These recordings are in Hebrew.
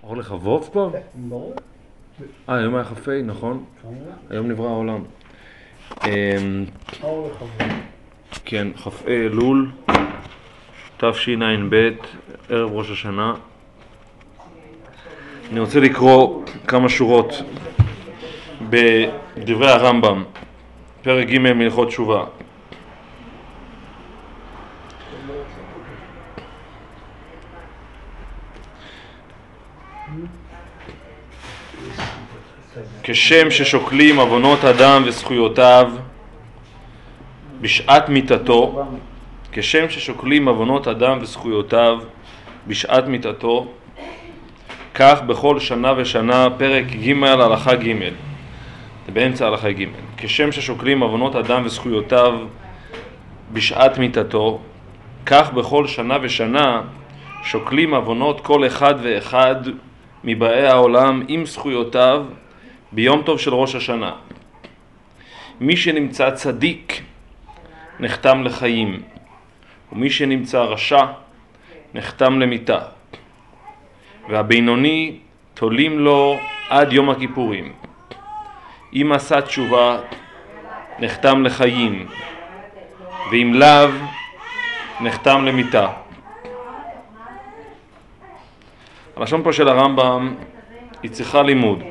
אור לחבוב כבר? ברור. היום היה כ"ה, נכון? היום נברא העולם. אור לחבוב. כן, כ"ה אלול, תשע"ב, ערב ראש השנה. אני רוצה לקרוא כמה שורות בדברי הרמב"ם, פרק ג' מהלכות תשובה. כשם ששוקלים עוונות אדם וזכויותיו בשעת מיתתו, כשם ששוקלים עוונות אדם וזכויותיו בשעת מיתתו, כך בכל שנה ושנה, פרק ג' הלכה ג', זה באמצע הלכה ג', כשם ששוקלים עוונות אדם וזכויותיו בשעת מיתתו, כך בכל שנה ושנה שוקלים עוונות כל אחד ואחד מבאי העולם עם זכויותיו ביום טוב של ראש השנה. מי שנמצא צדיק נחתם לחיים, ומי שנמצא רשע נחתם למיתה, והבינוני תולים לו עד יום הכיפורים. אם עשה תשובה נחתם לחיים, ואם לאו נחתם למיתה. הלשון פה של הרמב"ם היא צריכה לימוד.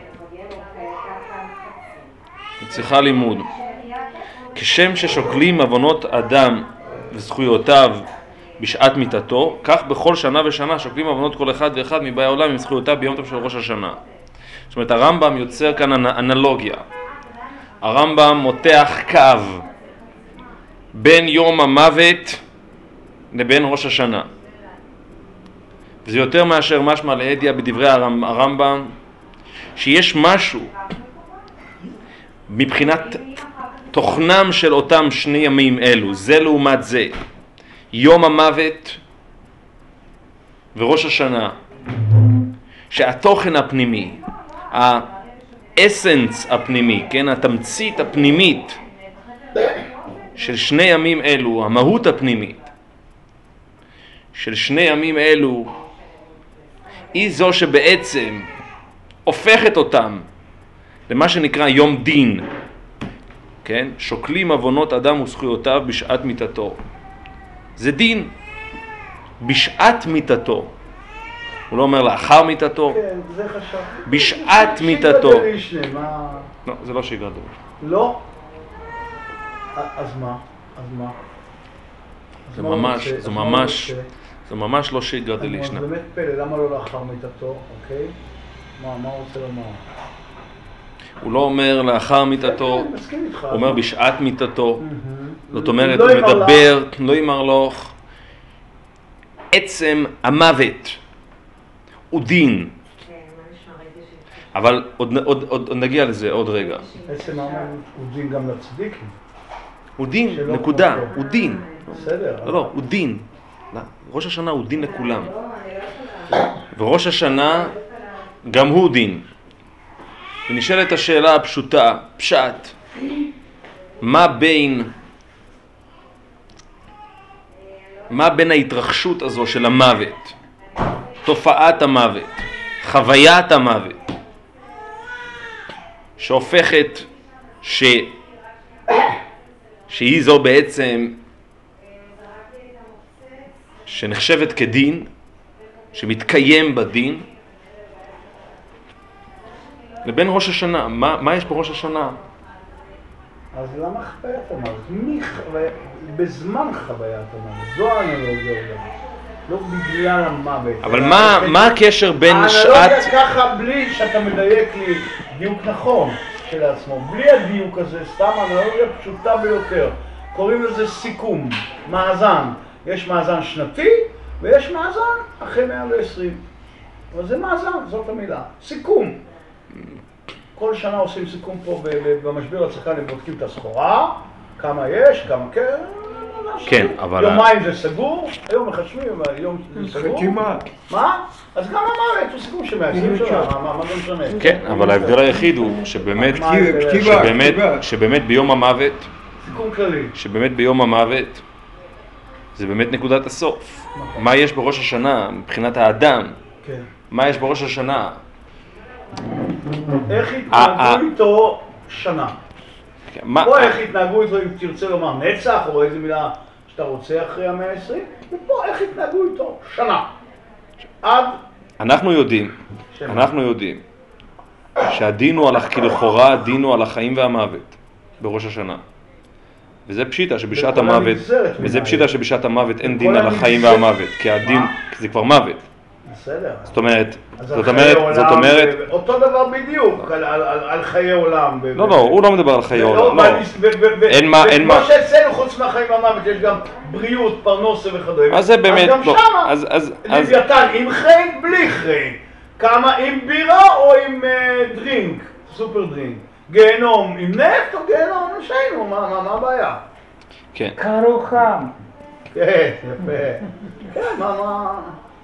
כשם ששוקלים עוונות אדם וזכויותיו בשעת מיתתו, כך בכל שנה ושנה שוקלים עוונות כל אחד ואחד מבאי העולם עם זכויותיו ביום טוב של ראש השנה. זאת אומרת, הרמב"ם יוצר כאן אנלוגיה. הרמב"ם מותח קו בין יום המוות לבין ראש השנה. וזה יותר מאשר משמע להדיא בדברי הרמב"ם, שיש משהו מבחינת תוכנם של אותם שני ימים אלו, זה לעומת זה, יום המוות וראש השנה, שהתוכן הפנימי, האסנס הפנימי, כן, התמצית הפנימית של שני ימים אלו, המהות הפנימית של שני ימים אלו, היא זו שבעצם הופכת אותם למה שנקרא יום דין, כן? שוקלים עוונות אדם וזכויותיו בשעת מיתתו. זה דין בשעת מיתתו. הוא לא אומר לאחר מיתתו. כן, זה חשבתי. בשעת מיתתו. לא, זה לא שגרת דורש. לא? אז מה? זה ממש לא שגרת דלישנא. באמת פלא, למה לא לאחר מיתתו? אוקיי? מה הוא רוצה לומר? הוא לא אומר לאחר מיתתו, הוא אומר בשעת מיתתו. זאת אומרת, הוא מדבר, לא יאמר לך, עצם המוות הוא דין. אבל עוד נגיע לזה עוד רגע. עצם המוות הוא דין גם לצדיקים. הוא דין, נקודה, הוא דין. בסדר. לא, הוא דין. ראש השנה הוא דין לכולם. וראש השנה גם הוא דין. ונשאלת השאלה הפשוטה, פשט, מה בין ההתרחשות הזו של המוות, תופעת המוות, חוויית המוות, שהופכת שהיא זו בעצם שנחשבת כדין, שמתקיים בדין, לבין ראש השנה. מה יש בראש השנה? אז למה חוויית המוות? בזמן חוויית המוות. זו האנלוגיה. לא בגלל המוות. אבל מה הקשר בין שעת... האנלוגיה ככה בלי שאתה מדייק לי דיוק נכון של עצמו. בלי הדיוק הזה, סתם אנלוגיה פשוטה ביותר. קוראים לזה סיכום, מאזן. יש מאזן שנתי ויש מאזן אחרי 120. אבל זה מאזן, זאת המילה. סיכום. כל שנה עושים סיכום פה במשבר הצרכן, הם בודקים את הסחורה, כמה יש, כמה כן, אבל... יומיים זה סגור, היום מחשבים, היום זה סגור. מה? אז גם המוות הוא סיכום שמעשים שלה, מה זה משנה? כן, אבל ההבדל היחיד הוא שבאמת ביום המוות, סיכום כללי. שבאמת ביום המוות זה באמת נקודת הסוף. מה יש בראש השנה מבחינת האדם? כן. מה יש בראש השנה? איך התנהגו איתו שנה? פה איך התנהגו איתו, אם תרצה לומר נצח, או איזה מילה שאתה רוצה אחרי המאה ה-20, ופה איך התנהגו איתו שנה. עד... אנחנו יודעים שהדין הוא כי לכאורה הדין הוא על החיים והמוות בראש השנה. וזה פשיטה שבשעת המוות אין דין על החיים והמוות, כי הדין זה כבר מוות. בסדר. זאת אומרת, אותו דבר בדיוק, על חיי עולם. לא, הוא לא מדבר על חיי עולם, לא. כמו שאצלנו חוץ מהחיים והמוות יש גם בריאות, פרנסה וכדומה. אז זה באמת, אז גם שמה, לוויתן עם חיין, בלי חיין. כמה עם בירה או עם דרינק, סופר דרינק. גיהנום עם נפט או גיהנום עם שיינו, מה הבעיה? כן. קר או חם. כן, יפה. כן, מה?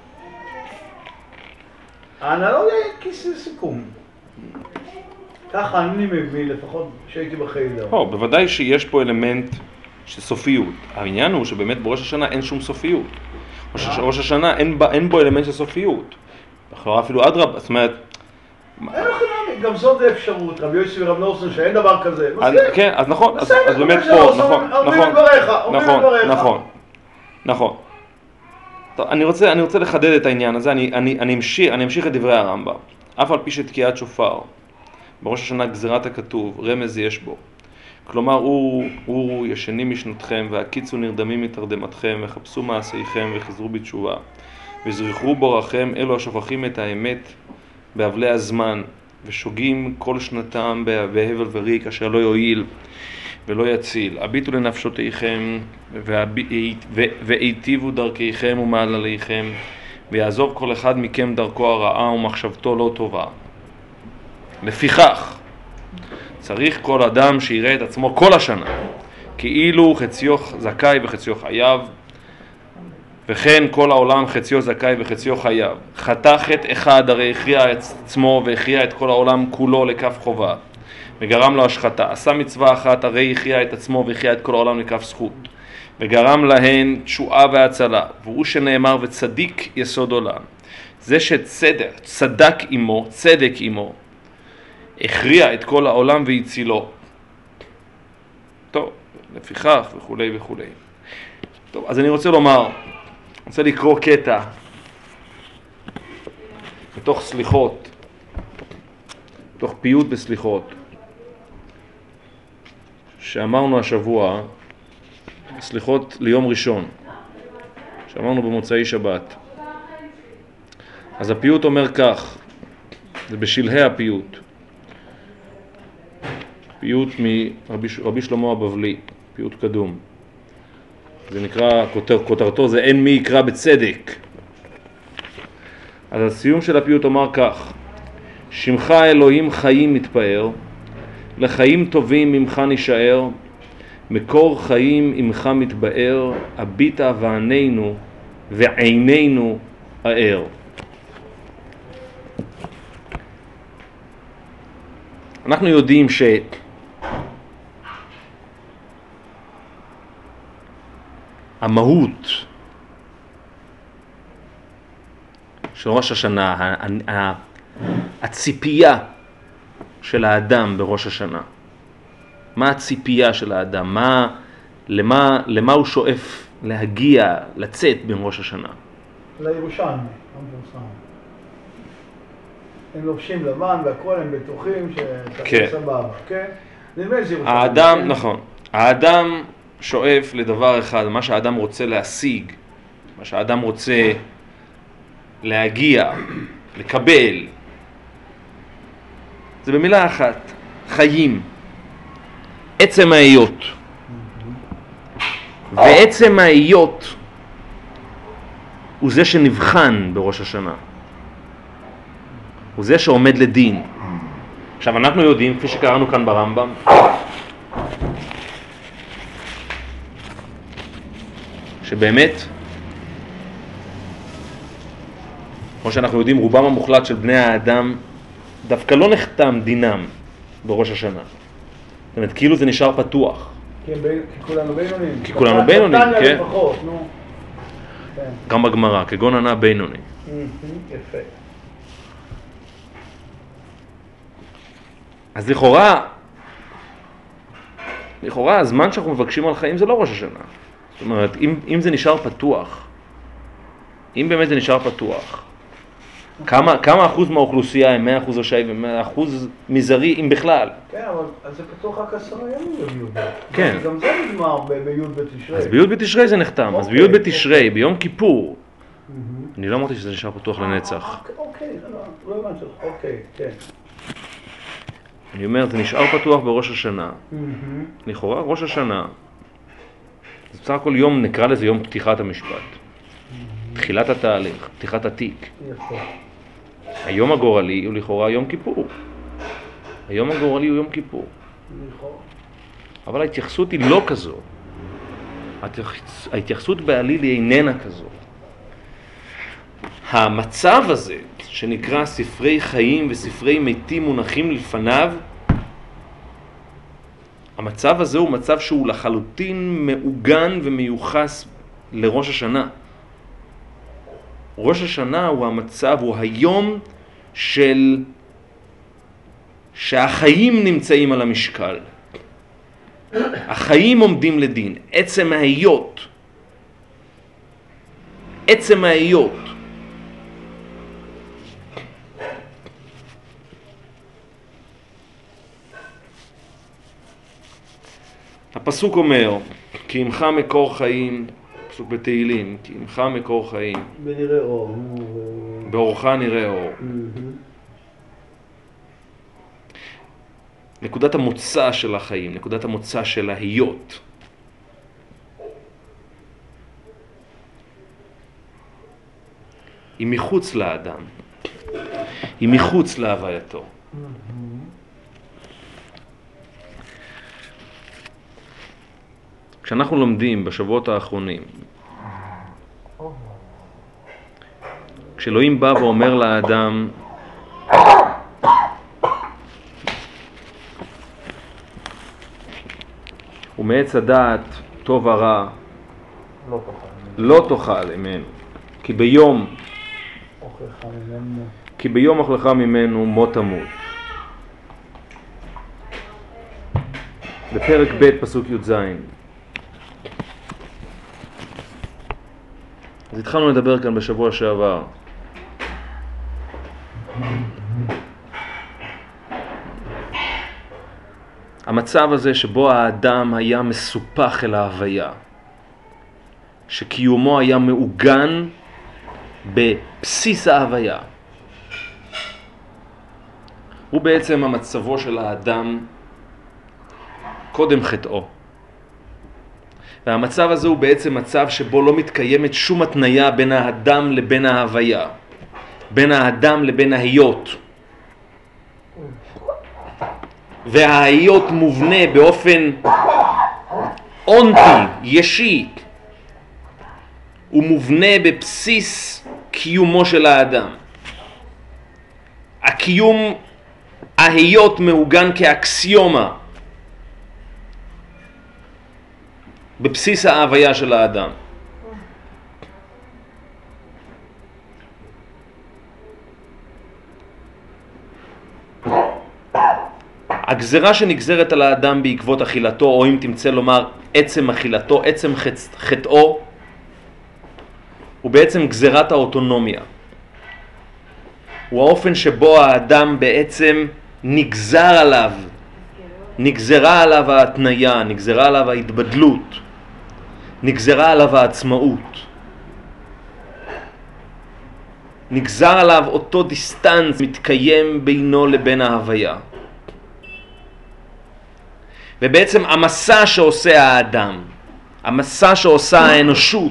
האנלוגיה היא כיסי סיכום. ככה אני מבין, לפחות שהייתי בחיידר. בוודאי שיש פה אלמנט של סופיות. העניין הוא שבאמת בראש השנה אין שום סופיות. ראש השנה אין בו אלמנט של סופיות. אפילו אדרבה, זאת אומרת... אין לך נמי, גם זאת האפשרות, רבי יוסי ורב נורסון, שאין דבר כזה. כן, אז נכון, אז באמת פה, נכון. אני רוצה לחדד את העניין הזה, אני אמשיך את דברי הרמב"ם. אף על פי שתקיעת שופר, בראש השנה גזירת הכתוב, רמז יש בו. כלומר, הוא ישנים משנתכם, והקיצו נרדמים מתרדמתכם, וחפשו מעשיכם וחזרו בתשובה. וזריחו בורכם, אלו השופכים את האמת באבלי הזמן, ושוגים כל שנתם בהבל וריק, אשר לא יועיל ולא יציל. הביטו לנפשותיכם, והיטיבו דרכיכם ומעלליכם, ויעזוב כל אחד מכם דרכו הרעה ומחשבתו לא טובה. לפיכך, צריך כל אדם שיראה את עצמו כל השנה, כאילו חציו זכאי וחציו חייב, וכן כל העולם חציו זכאי וחציו חייב. חטא חטא אחד, הרי הכריע את עצמו והכריע את כל העולם כולו לכף חובה, וגרם לו השחתה. עשה מצווה אחת, הרי הכריע את עצמו והכריע את כל העולם לכף זכות, וגרם להן תשועה והצלה. והוא שנאמר וצדיק יסוד עולם. זה צדק עמו, הכריע את כל העולם והצילו. טוב, לפיכך וכולי וכולי. טוב, אז אני רוצה לקרוא קטע מתוך סליחות, מתוך פיוט בסליחות, שאמרנו השבוע, סליחות ליום ראשון, שאמרנו במוצאי שבת. אז הפיוט אומר כך, זה בשלהי הפיוט, פיוט מרבי שלמה הבבלי, פיוט קדום. זה נקרא, כותרתו זה אין מי יקרא בצדק. אז הסיום של הפיוט אומר כך: שמך אלוהים חיים מתפאר, לחיים טובים ממך נשאר, מקור חיים ממך מתבאר, הביטה וענינו ועינינו הער. אנחנו יודעים המהות של ראש השנה, הציפייה של האדם בראש השנה, מה הציפייה של האדם, למה הוא שואף להגיע, לצאת בראש השנה? לירושלמי, הם לובשים לבן והכל, הם בטוחים שאתה סבבה, כן? נדמה שזה ירושלמי. האדם, נכון, האדם שואף לדבר אחד, מה שהאדם רוצה להשיג, מה שהאדם רוצה להגיע, לקבל, זה במילה אחת, חיים, עצם ההיות. ועצם ההיות הוא זה שנבחן בראש השנה, הוא זה שעומד לדין. עכשיו אנחנו יודעים, כפי שקראנו כאן ברמב"ם, שבאמת, כמו שאנחנו יודעים, רובם המוחלט של בני האדם דווקא לא נחתם דינם בראש השנה. זאת אומרת, כאילו זה נשאר פתוח. כי כולנו בינונים. כי כולנו בינונים, כן. לפחות, נו. גם בגמרא, כגון ענה בינוני. יפה. אז לכאורה הזמן שאנחנו מבקשים על חיים זה לא ראש השנה. זאת אומרת, אם זה נשאר פתוח, אם באמת זה נשאר פתוח, כמה אחוז מהאוכלוסייה הם 100% רשאי ו100% מזערי, אם בכלל? כן, אבל זה פתוח רק 10 ימים בי"ב. כן. גם זה נגמר בי"ב בתשרי. אז בי"ב בתשרי זה נחתם, אז בי"ב בתשרי, ביום כיפור, אני לא אמרתי שזה נשאר פתוח לנצח. אוקיי, לא הבנתי, אוקיי, כן. אני אומר, זה נשאר פתוח בראש השנה. לכאורה, ראש השנה, זה בסך הכל יום, נקרא לזה יום פתיחת המשפט. תחילת התהליך, פתיחת התיק. יפה. היום הגורלי הוא לכאורה יום כיפור. היום הגורלי הוא יום כיפור. לכאורה. אבל ההתייחסות היא לא כזו. ההתייחסות בעליל היא איננה כזו. המצב הזה, שנקרא ספרי חיים וספרי מתים מונחים לפניו, המצב הזה הוא מצב שהוא לחלוטין מעוגן ומיוחס לראש השנה. ראש השנה הוא המצב, הוא היום שהחיים נמצאים על המשקל. החיים עומדים לדין, עצם ההיות. עצם ההיות. הפסוק אומר, כי עמך מקור חיים, פסוק בתהילים, כי עמך מקור חיים. ונראה אור. באורך נראה אור. נקודת המוצא של החיים, נקודת המוצא של ההיות. היא מחוץ לאדם. היא מחוץ להווייתו. כשאנחנו לומדים בשבועות האחרונים, כשאלוהים בא ואומר לאדם, ומעץ הדעת טוב ורע לא תאכל ממנו, כי ביום אוכלך ממנו מות תמות. בפרק ב' פסוק י"ז. אז התחלנו לדבר כאן בשבוע שעבר. המצב הזה שבו האדם היה מסופח אל ההוויה, שקיומו היה מעוגן בבסיס ההוויה, הוא בעצם המצבו של האדם קודם חטאו. והמצב הזה הוא בעצם מצב שבו לא מתקיימת שום התניה בין האדם לבין ההוויה, בין האדם לבין ההיות. וההיות מובנה באופן אונטי, ישי, הוא מובנה בבסיס קיומו של האדם. הקיום, ההיות מעוגן כאקסיומה בבסיס ההוויה של האדם. הגזרה שנגזרת על האדם בעקבות אכילתו, או אם תמצא לומר עצם אכילתו, עצם חטאו, הוא בעצם גזרת האוטונומיה. הוא האופן שבו האדם בעצם נגזרה עליו ההתניה, נגזרה עליו ההתבדלות, נגזרה עליו העצמאות. נגזר עליו אותו דיסטנס מתקיים בינו לבין ההוויה. ובעצם המסע שעושה האדם, המסע שעושה האנושות,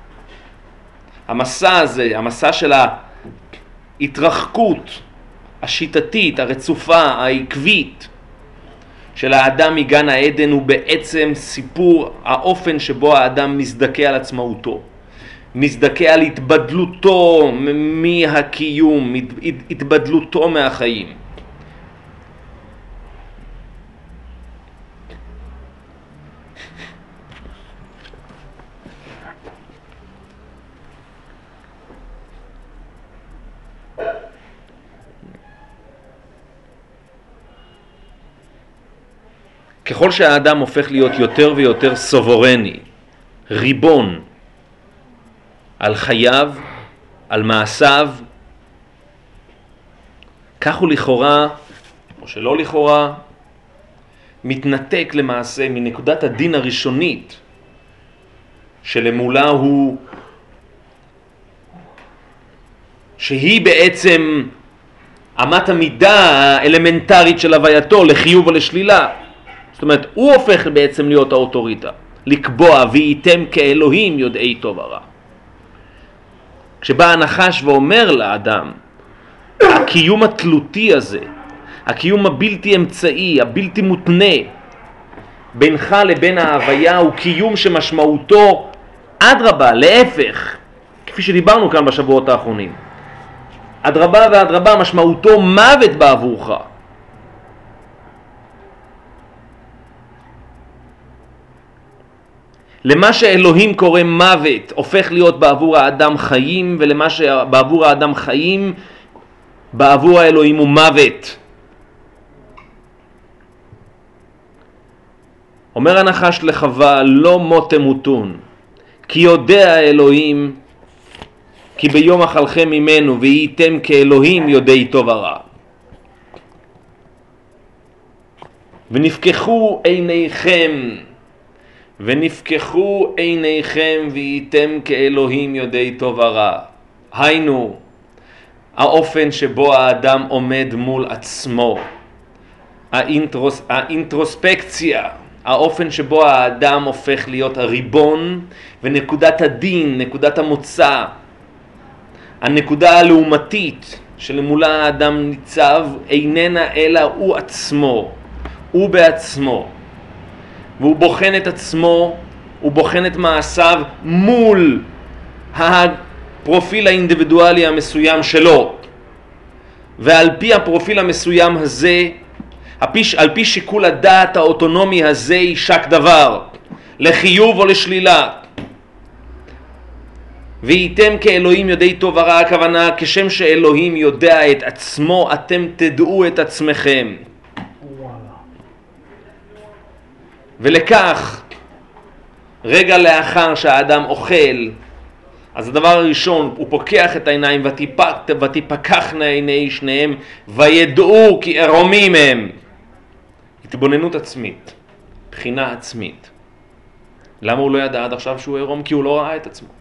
המסע הזה, המסע של ההתרחקות השיטתית, הרצופה, העקבית של האדם מגן העדן, הוא בעצם סיפור האופן שבו האדם מזדכה על עצמאותו, מזדכה על התבדלותו מהקיום, התבדלותו מהחיים. ככל שהאדם הופך להיות יותר ויותר סוברני, ריבון, על חייו, על מעשיו, כך הוא לכאורה, או שלא לכאורה, מתנתק למעשה מנקודת הדין הראשונית, שלמולה הוא, שהיא בעצם אמת המידה האלמנטרית של הווייתו לחיוב או לשלילה. זאת אומרת, הוא הופך בעצם להיות האוטוריטה, לקבוע והייתם כאלוהים יודעי טוב ורע. כשבא הנחש ואומר לאדם, הקיום התלותי הזה, הקיום הבלתי אמצעי, הבלתי מותנה, בינך לבין ההוויה הוא קיום שמשמעותו אדרבה, להפך, כפי שדיברנו כאן בשבועות האחרונים. אדרבה ואדרבה משמעותו מוות בעבורך. למה שאלוהים קורא מוות הופך להיות בעבור האדם חיים, ולמה שבעבור האדם חיים בעבור האלוהים הוא מוות. אומר הנחש לחווה, לא מות תמותון, כי יודע האלוהים כי ביום אכלכם ממנו והייתם כאלוהים יודעי טוב ורע. ונפקחו עיניכם והייתם כאלוהים יודעי טוב ורע. היינו, האופן שבו האדם עומד מול עצמו, האינטרוספקציה, האופן שבו האדם הופך להיות הריבון, ונקודת הדין, נקודת המוצא, הנקודה הלעומתית שלמולה האדם ניצב, איננה אלא הוא עצמו, הוא בעצמו, והוא בוחן את עצמו, הוא בוחן את מעשיו מול הפרופיל האינדיבידואלי המסוים שלו, ועל פי הפרופיל המסוים הזה, על פי שיקול הדעת האוטונומי הזה יישק דבר, לחיוב או לשלילה. והייתם כאלוהים יודעי טוב ורע, הכוונה כשם שאלוהים יודע את עצמו, אתם תדעו את עצמכם. ולכך, רגע לאחר שהאדם אוכל, אז הדבר הראשון, הוא פוקח את העיניים, ותפקחנה עיני שניהם, וידעו כי ערומים הם. התבוננות עצמית, בחינה עצמית. למה הוא לא ידע עד עכשיו שהוא עירום? כי הוא לא ראה את עצמו.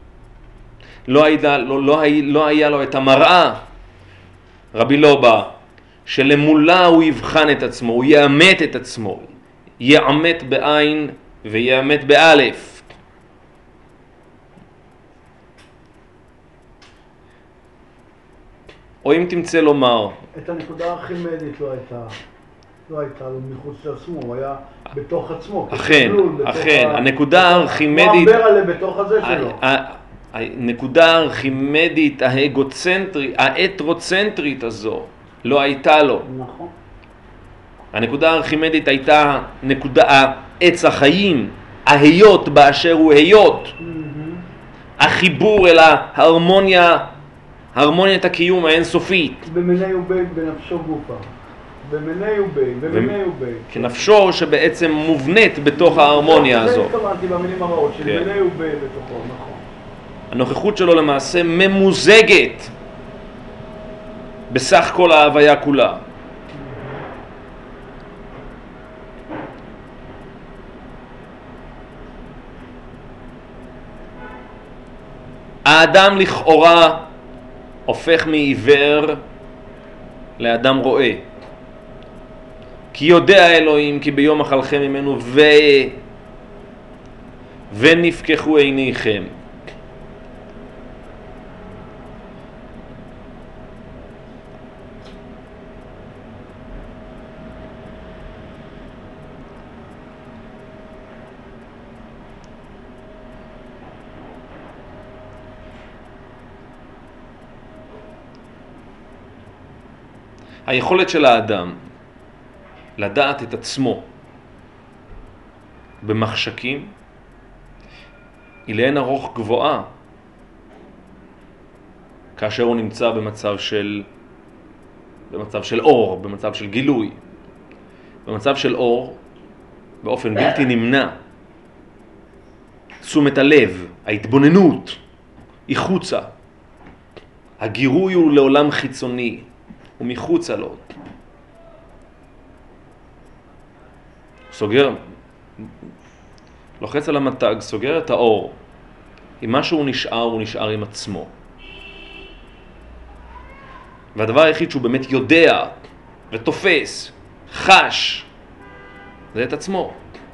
לא היה לו את המראה, רבי לובה, שלמולה הוא יבחן את עצמו, הוא יאמת את עצמו, יאמת בעין ויאמת באלף. או אם תמצא לומר, את הנקודה הארכימדית לא הייתה לו מחוץ לעצמו, הוא היה בתוך עצמו. אכן, הנקודה הארכימדית, הוא עבר עליה בתוך הזה שלו. הנקודה הארכימדית, האטרוצנטרית הזו, לא הייתה לו. נכון. הנקודה הארכימדית הייתה עץ החיים, ההיות באשר הוא היות. החיבור אל ההרמוניה, הרמוניית הקיום האינסופית. במיני ובי בנפשו גופה. במיני ובי. כנפשו שבעצם מובנית בתוך ההרמוניה הזו. זה התכוונתי במילים הרעות, שבמיני ובי בתוכו, נכון. הנוכחות שלו למעשה ממוזגת בסך כל ההוויה כולה. האדם לכאורה הופך מעיוור לאדם רואה. כי יודע אלוהים כי ביום אכלכם ממנו ונפקחו עיניכם. היכולת של האדם לדעת את עצמו במחשכים היא לאין ארוך גבוהה כאשר הוא נמצא במצב של אור, במצב של גילוי. במצב של אור באופן בלתי נמנע. תשומת הלב, ההתבוננות, היא חוצה. הגירוי הוא לעולם חיצוני, הוא מחוצה לו. סוגר, לוחץ על המתג, סוגר את האור. אם משהו נשאר, הוא נשאר עם עצמו. והדבר היחיד שהוא באמת יודע ותופס, חש, זה את עצמו.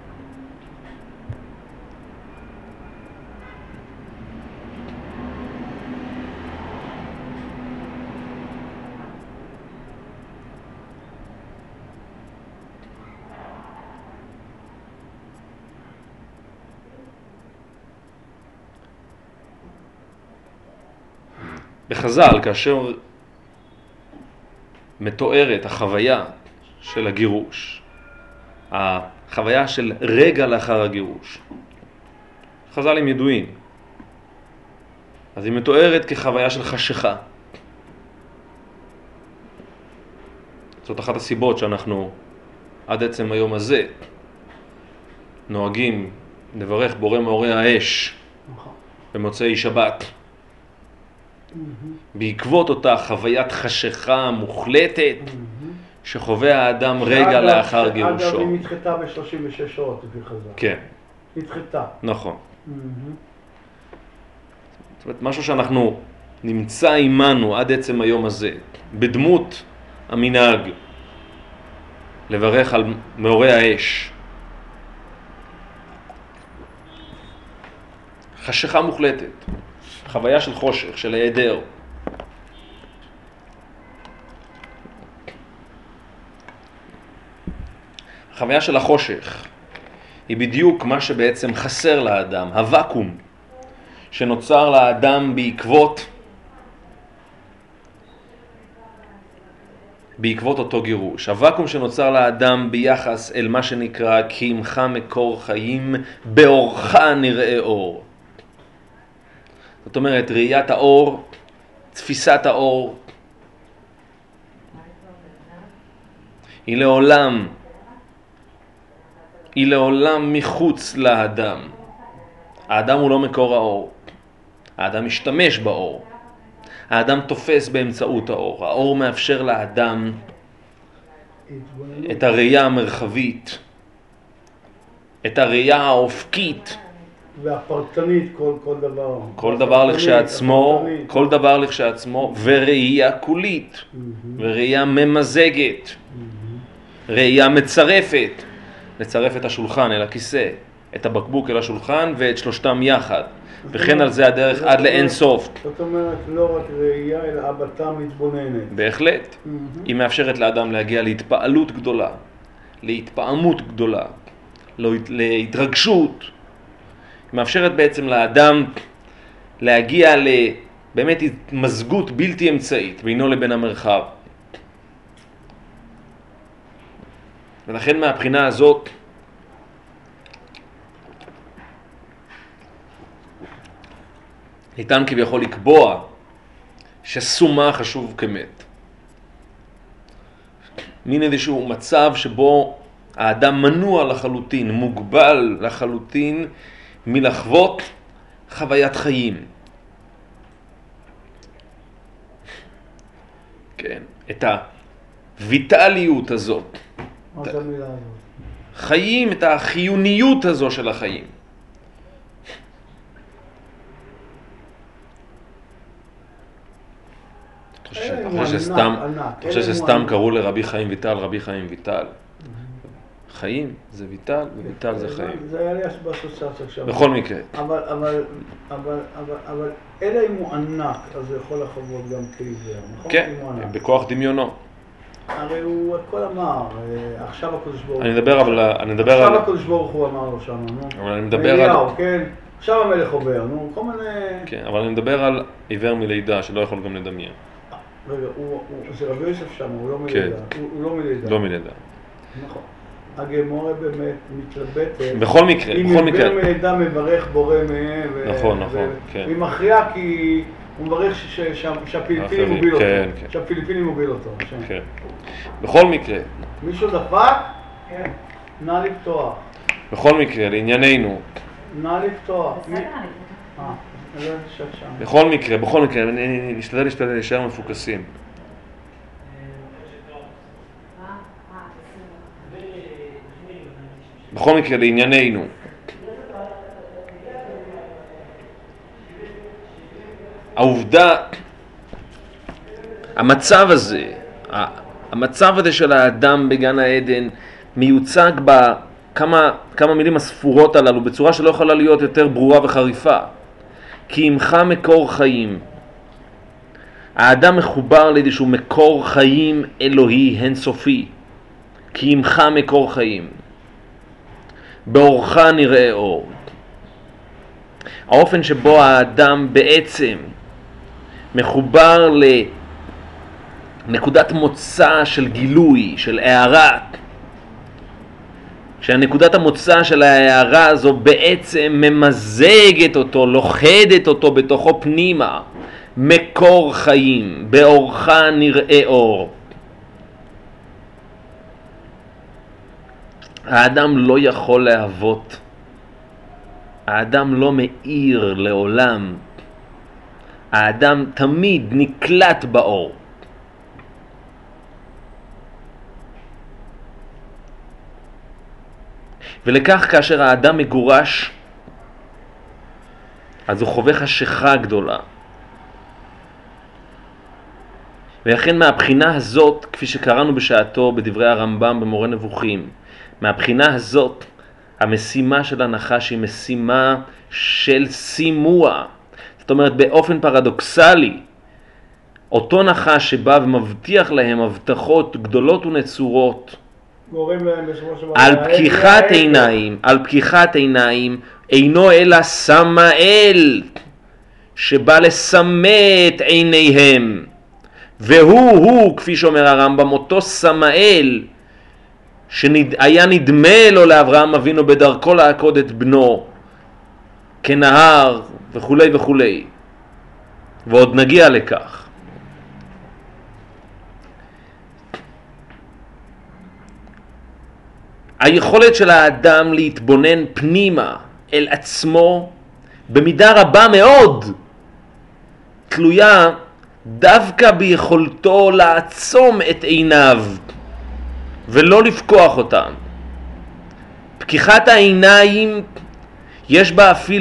בחז"ל, כאשר מתוארת החוויה של הגירוש, החוויה של רגע לאחר הגירוש, חז"ל הם ידועים, אז היא מתוארת כחוויה של חשיכה. זאת אחת הסיבות שאנחנו עד עצם היום הזה נוהגים לברך בורא מאורי האש במוצאי שבת, בעקבות אותה חוויית חשיכה מוחלטת שחווה האדם רגע לאחר גירושו. אגב, היא נדחתה ב-36 שעות לפי חז"ל. כן. נדחתה. נכון. זאת אומרת, משהו שאנחנו נמצא עימנו עד עצם היום הזה, בדמות המנהג לברך על מאורי האש. חשיכה מוחלטת. חוויה של חושך, של היעדר. החוויה של החושך היא בדיוק מה שבעצם חסר לאדם, הוואקום שנוצר לאדם בעקבות אותו גירוש. הוואקום שנוצר לאדם ביחס אל מה שנקרא כי עמך מקור חיים, באורך נראה אור. זאת אומרת, ראיית האור, תפיסת האור, היא לעולם מחוץ לאדם. האדם הוא לא מקור האור. האדם משתמש באור. האדם תופס באמצעות האור. האור מאפשר לאדם את הראייה המרחבית, את הראייה האופקית, והפרטנית, כל דבר. כל דבר לכשעצמו, וראייה כולית, וראייה ממזגת, ראייה מצרפת, לצרף את השולחן אל הכיסא, את הבקבוק אל השולחן ואת שלושתם יחד. וכן על זה הדרך עד לאין סוף. זאת אומרת, לא רק ראייה, אלא הבטה מתבוננת. בהחלט. היא מאפשרת לאדם להגיע להתפעלות גדולה, להתפעמות גדולה, להתרגשות. היא מאפשרת בעצם לאדם להגיע לבאמת התמזגות בלתי אמצעית בינו לבין המרחב. ולכן מהבחינה הזאת ניתן כביכול לקבוע שסומה חשוב כמת. מין איזשהו מצב שבו האדם מנוע לחלוטין, מוגבל לחלוטין מלחוות חוויית חיים. כן, את הויטליות הזאת. מה זה המילה הזאת? חיים, את החיוניות הזו של החיים. אתה חושב שסתם קראו לרבי חיים ויטל, רבי חיים ויטל? חיים זה ויטל וויטל זה חיים. זה היה לי באסוציאציה עכשיו. בכל מקרה. אבל אלא אם הוא ענק, אז הוא יכול לחוות גם כעיוור, נכון? כן, בכוח דמיונו. הרי הוא הכל אמר, עכשיו הקדוש ברוך הוא. עכשיו הקדוש ברוך הוא אמר לו שם, נו. אבל אני מדבר על... אליהו, כן. עכשיו המלך עובר, נו, כל מיני... כן, אבל אני מדבר על עיוור מלידה שלא יכול גם לדמיין. רגע, זה רבי יוסף שם, הוא לא מלידה. הוא לא מלידה. לא מלידה. נכון. הגמורה באמת מתלבטת. בכל מקרה. אם עיוור מלידה מברך בורא מהם. נכון, כן. היא מכריעה כי הוא מברך שהפיליפינים מוביל אותו. כן. שהפיליפינים מוביל אותו. כן. בכל מקרה. מישהו דפק? כן. נא לפתוח. בכל מקרה, לענייננו. נא לפתוח. בסדר, אני לא ישב שם. בכל מקרה, נשתדל להישאר מפוקסים. בכל מקרה, לענייננו. העובדה, המצב הזה של האדם בגן העדן מיוצג בכמה מילים הספורות הללו בצורה שלא יכולה להיות יותר ברורה וחריפה. כי עמך מקור חיים. האדם מחובר לאיזשהו מקור חיים אלוהי אינסופי. כי עמך מקור חיים. באורך נראה אור. האופן שבו האדם בעצם מחובר לנקודת מוצא של גילוי, של הערה, שהנקודת המוצא של ההערה הזו בעצם ממזגת אותו, לוכדת אותו בתוכו פנימה, מקור חיים, באורך נראה אור. האדם לא יכול להוות, האדם לא מאיר לעולם, האדם תמיד נקלט באור. ולכך כאשר האדם מגורש, אז הוא חווה חשיכה גדולה. ולכן מהבחינה הזאת, כפי שקראנו בשעתו בדברי הרמב"ם במורה נבוכים, מהבחינה הזאת, המשימה של הנחש היא משימה של שימוע. זאת אומרת, באופן פרדוקסלי, אותו נחש שבא ומבטיח להם הבטחות גדולות ונצורות, גורם להם בסופו של דבר. על פקיחת עיניים, אינו אלא סמאל, שבא לסמא את עיניהם. והוא, כפי שאומר הרמב"ם, אותו סמאל, שהיה נדמה לו לאברהם אבינו בדרכו לעקוד את בנו, כנהר וכו' וכו'. ועוד נגיע לכך. היכולת של האדם להתבונן פנימה אל עצמו במידה רבה מאוד תלויה דווקא ביכולתו לעצום את עיניו ולא לפקוח אותם. פקיחת העיניים יש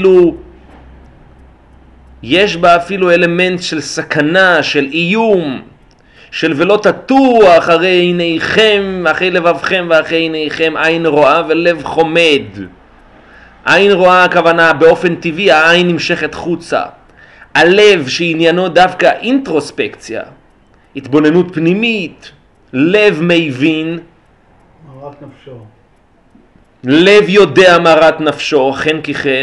בה אפילו אלמנט של סכנה, של איום, של ולא תטו אחרי עיניכם, אחרי לבבכם ואחרי עיניכם, עין רואה ולב חומד. עין רואה הכוונה באופן טבעי, העין נמשכת חוצה. הלב שעניינו דווקא אינטרוספקציה, התבוננות פנימית, לב מבין, מרת נפשו. לב יודע מרת נפשו, כן כי כן.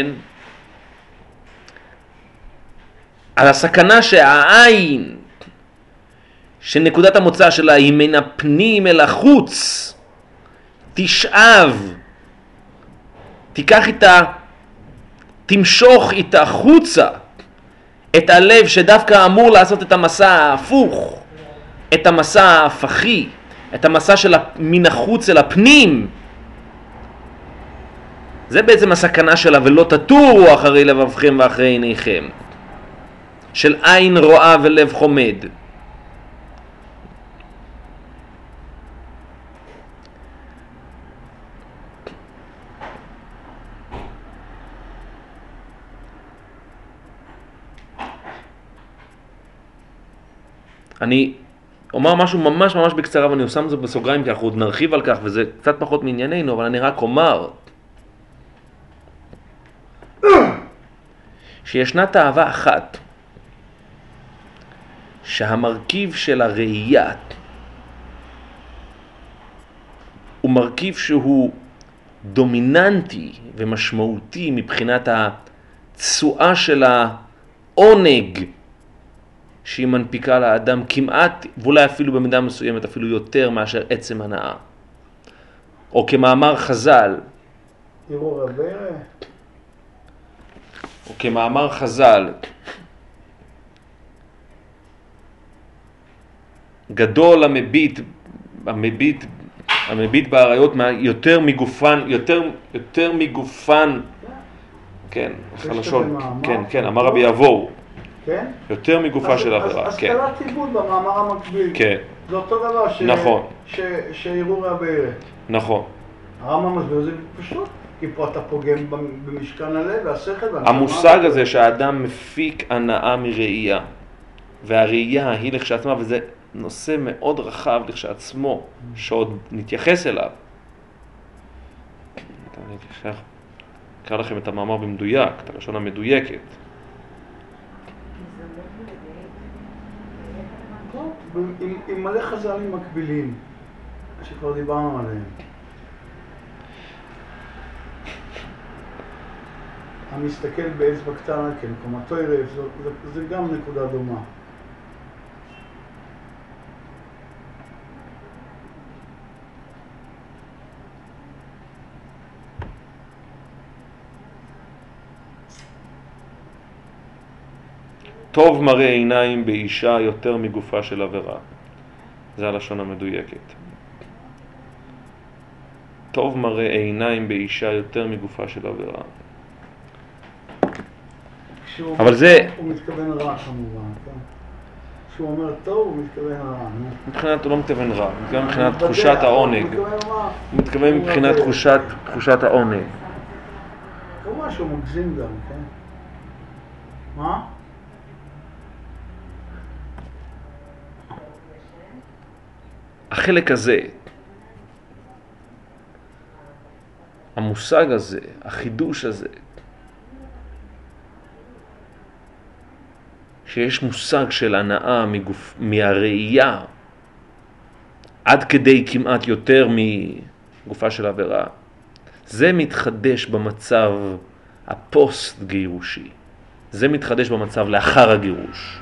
על הסכנה שהעין, שנקודת המוצא שלה היא מן הפנים אל החוץ, תשאב, תיקח איתה, תמשוך איתה חוצה, את הלב שדווקא אמור לעשות את המסע ההפוך, את המסע ההפכי, את המסע של מן החוץ אל הפנים. זה בעצם הסכנה שלה, ולא תטורו אחרי לבבכם ואחרי עיניכם, של עין רואה ולב חומד. אני אומר משהו ממש בקצרה, ואני שם זאת בסוגריים, כי אנחנו עוד נרחיב על כך, וזה קצת פחות מענייננו, אבל אני רק אומר שישנה תאווה אחת, שהמרכיב של הראייה הוא מרכיב שהוא דומיננטי ומשמעותי מבחינת התשואה של העונג שהיא מנפיקה לאדם כמעט, ואולי אפילו במידה מסוימת אפילו יותר מאשר עצם הנאה. או כמאמר חז"ל, תראו רבי, או כמאמר חז"ל, גדול המביט המביט בעריות יותר מגופן, כן, חלשות, כן, אמר רבי יבואו, יותר מגופה של עבירה, אז קלט עיבוד במאמר המקביל, זה אותו דבר שערעור הבעירה. נכון. הרמב"ם מסביר זה פשוט, כי פה אתה פוגם במשכן הלב והשכל. המושג הזה שהאדם מפיק הנאה מראייה, והראייה היא לכשעצמה, וזה נושא מאוד רחב לכשעצמו, שעוד נתייחס אליו. אני אקרא לכם את המאמר במדויק, את הלשון המדויקת. עם מלא חז"לים מקבילים, שכבר דיברנו עליהם. המסתכל באצבע קטנה, כן, קומתו יראה, זה גם נקודה דומה. טוב מראה עיניים באישה יותר מגופה של עבירה. זה הלשון המדויקת. טוב מראה עיניים באישה יותר מגופה של עבירה. אבל זה... הוא מתכוון רע כמובן, כן? כשהוא אומר טוב, הוא מתכוון רע. מבחינת הוא לא מתכוון רע, הוא מתכוון מבחינת תחושת העונג. הוא מתכוון מבחינת תחושת העונג. כמובן שהוא מגזים גם, כן? מה? החלק הזה, המושג הזה, החידוש הזה, שיש מושג של הנאה מהראייה עד כדי כמעט יותר מגופה של עבירה, זה מתחדש במצב הפוסט גירושי, זה מתחדש במצב לאחר הגירוש.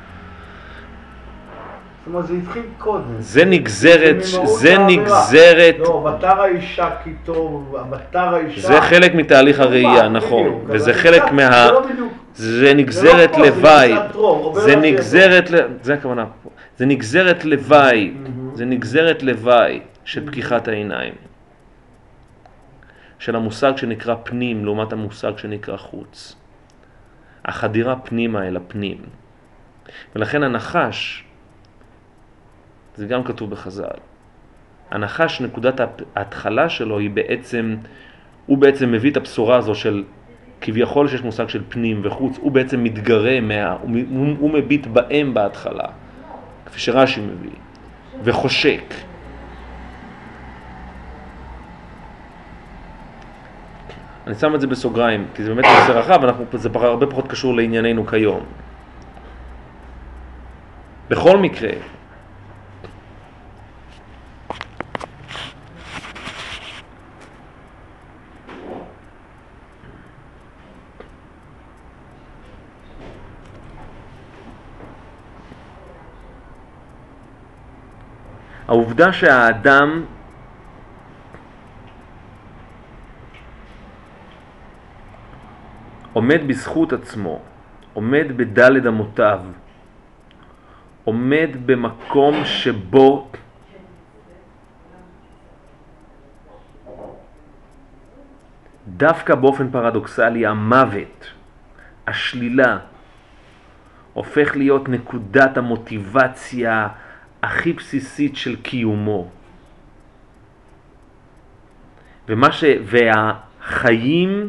זאת אומרת, זה התחיל קודם. זה נגזרת, לא, בתר האישה כי טוב, בתר האישה... זה חלק מתהליך הראייה, נכון. וזה חלק מה... זה נגזרת לוואי. זה נגזרת... זה הכוונה פה. זה נגזרת לוואי. זה נגזרת לוואי של פקיחת העיניים. של המושג שנקרא פנים, לעומת המושג שנקרא חוץ. החדירה פנימה אל הפנים. ולכן הנחש, זה גם כתוב בחז"ל, הנחש, נקודת ההתחלה שלו היא בעצם, הוא בעצם מביא את הבשורה הזו של כביכול שיש מושג של פנים וחוץ, הוא בעצם מתגרה הוא מביט בהם בהתחלה, כפי שרש"י מביא, וחושק. אני שם את זה בסוגריים, כי זה באמת נושא רחב, זה הרבה פחות קשור לענייננו כיום. בכל מקרה, העובדה שהאדם עומד בזכות עצמו, עומד בדלת אמותיו, עומד במקום שבו דווקא באופן פרדוקסלי המוות, השלילה, הופך להיות נקודת המוטיבציה הכי בסיסית של קיומו. והחיים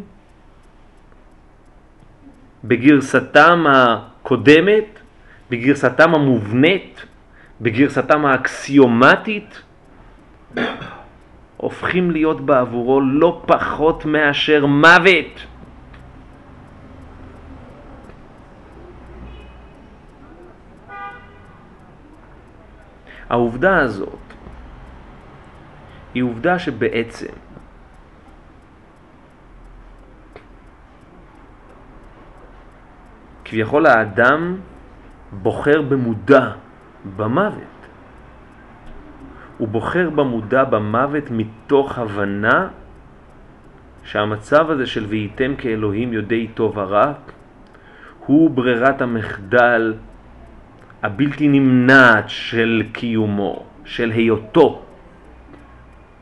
בגרסתם הקודמת, בגרסתם המובנית, בגרסתם האקסיומטית, הופכים להיות בעבורו לא פחות מאשר מוות. העובדה הזאת היא עובדה שבעצם כביכול האדם בוחר במודע במוות. הוא בוחר במודע במוות מתוך הבנה שהמצב הזה של והייתם כאלוהים יודעי טוב ורע הוא ברירת המחדל הבלתי נמנעת של קיומו, של היותו.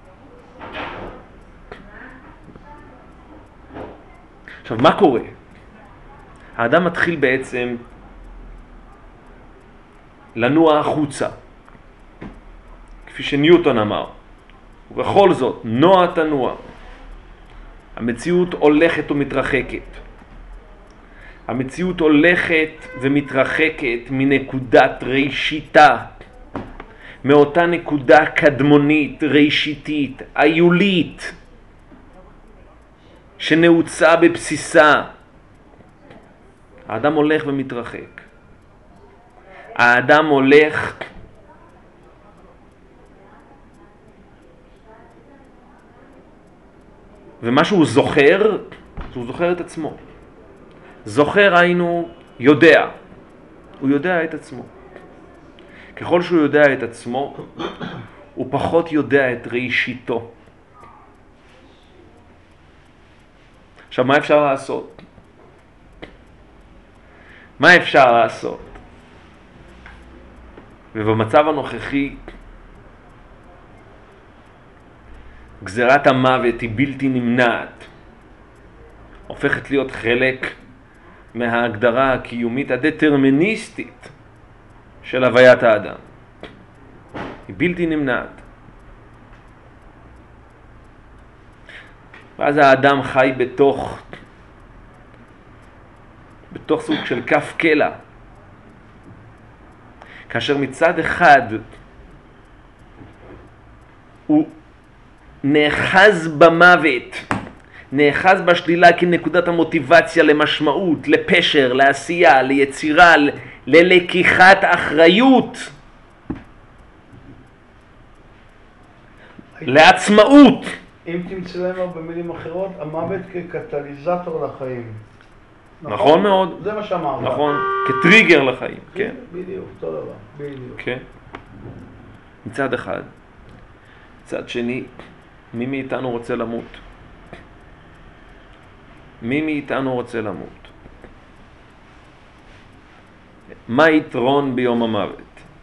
עכשיו, מה קורה? האדם מתחיל בעצם לנוע החוצה, כפי שניוטון אמר, ובכל זאת, נוע תנוע. המציאות הולכת ומתרחקת. המציאות הולכת ומתרחקת מנקודת ראשיתה, מאותה נקודה קדמונית, ראשיתית, איולית, שנעוצה בבסיסה. האדם הולך ומתרחק. האדם הולך ומה שהוא זוכר, הוא זוכר את עצמו. זוכר היינו יודע. הוא יודע את עצמו. ככל שהוא יודע את עצמו, הוא פחות יודע את ראשיתו. עכשיו, מה אפשר לעשות? מה אפשר לעשות? ובמצב הנוכחי, גזירת המוות היא בלתי נמנעת. הופכת להיות חלק מההגדרה הקיומית הדטרמיניסטית של הוויית האדם. היא בלתי נמנעת. ואז האדם חי בתוך סוג של כף קלע. כאשר מצד אחד הוא נאחז במוות, נאחז בשלילה כנקודת המוטיבציה למשמעות, לפשר, לעשייה, ליצירה, ללקיחת אחריות, לעצמאות. אם תמצא לנו במילים אחרות, המוות כקטליזטור לחיים. נכון מאוד. זה מה שאמרת. נכון, כטריגר לחיים, כן. בדיוק, אותו דבר, בדיוק. כן. מצד אחד. מצד שני, מי מאיתנו רוצה למות? מי מאיתנו רוצה למות? מה יתרון ביום המוות?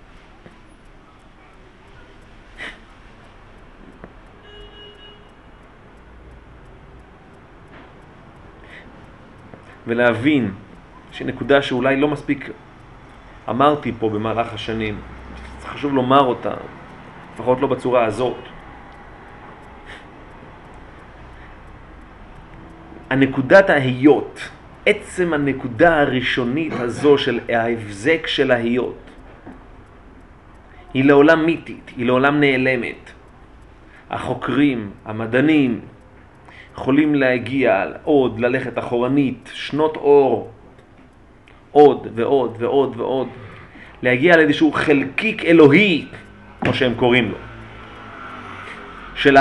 ולהבין שנקודה שאולי לא מספיק אמרתי פה במהלך השנים, חשוב לומר אותה, לפחות לא בצורה הזאת. הנקודת ההיות, עצם הנקודה הראשונית הזו של ההבזק של ההיות, היא לעולם מיתית, היא לעולם נעלמת. החוקרים, המדענים, יכולים להגיע עוד, ללכת אחורנית, שנות אור, עוד ועוד ועוד ועוד, להגיע לאיזשהו חלקיק אלוהי, כמו שהם קוראים לו, של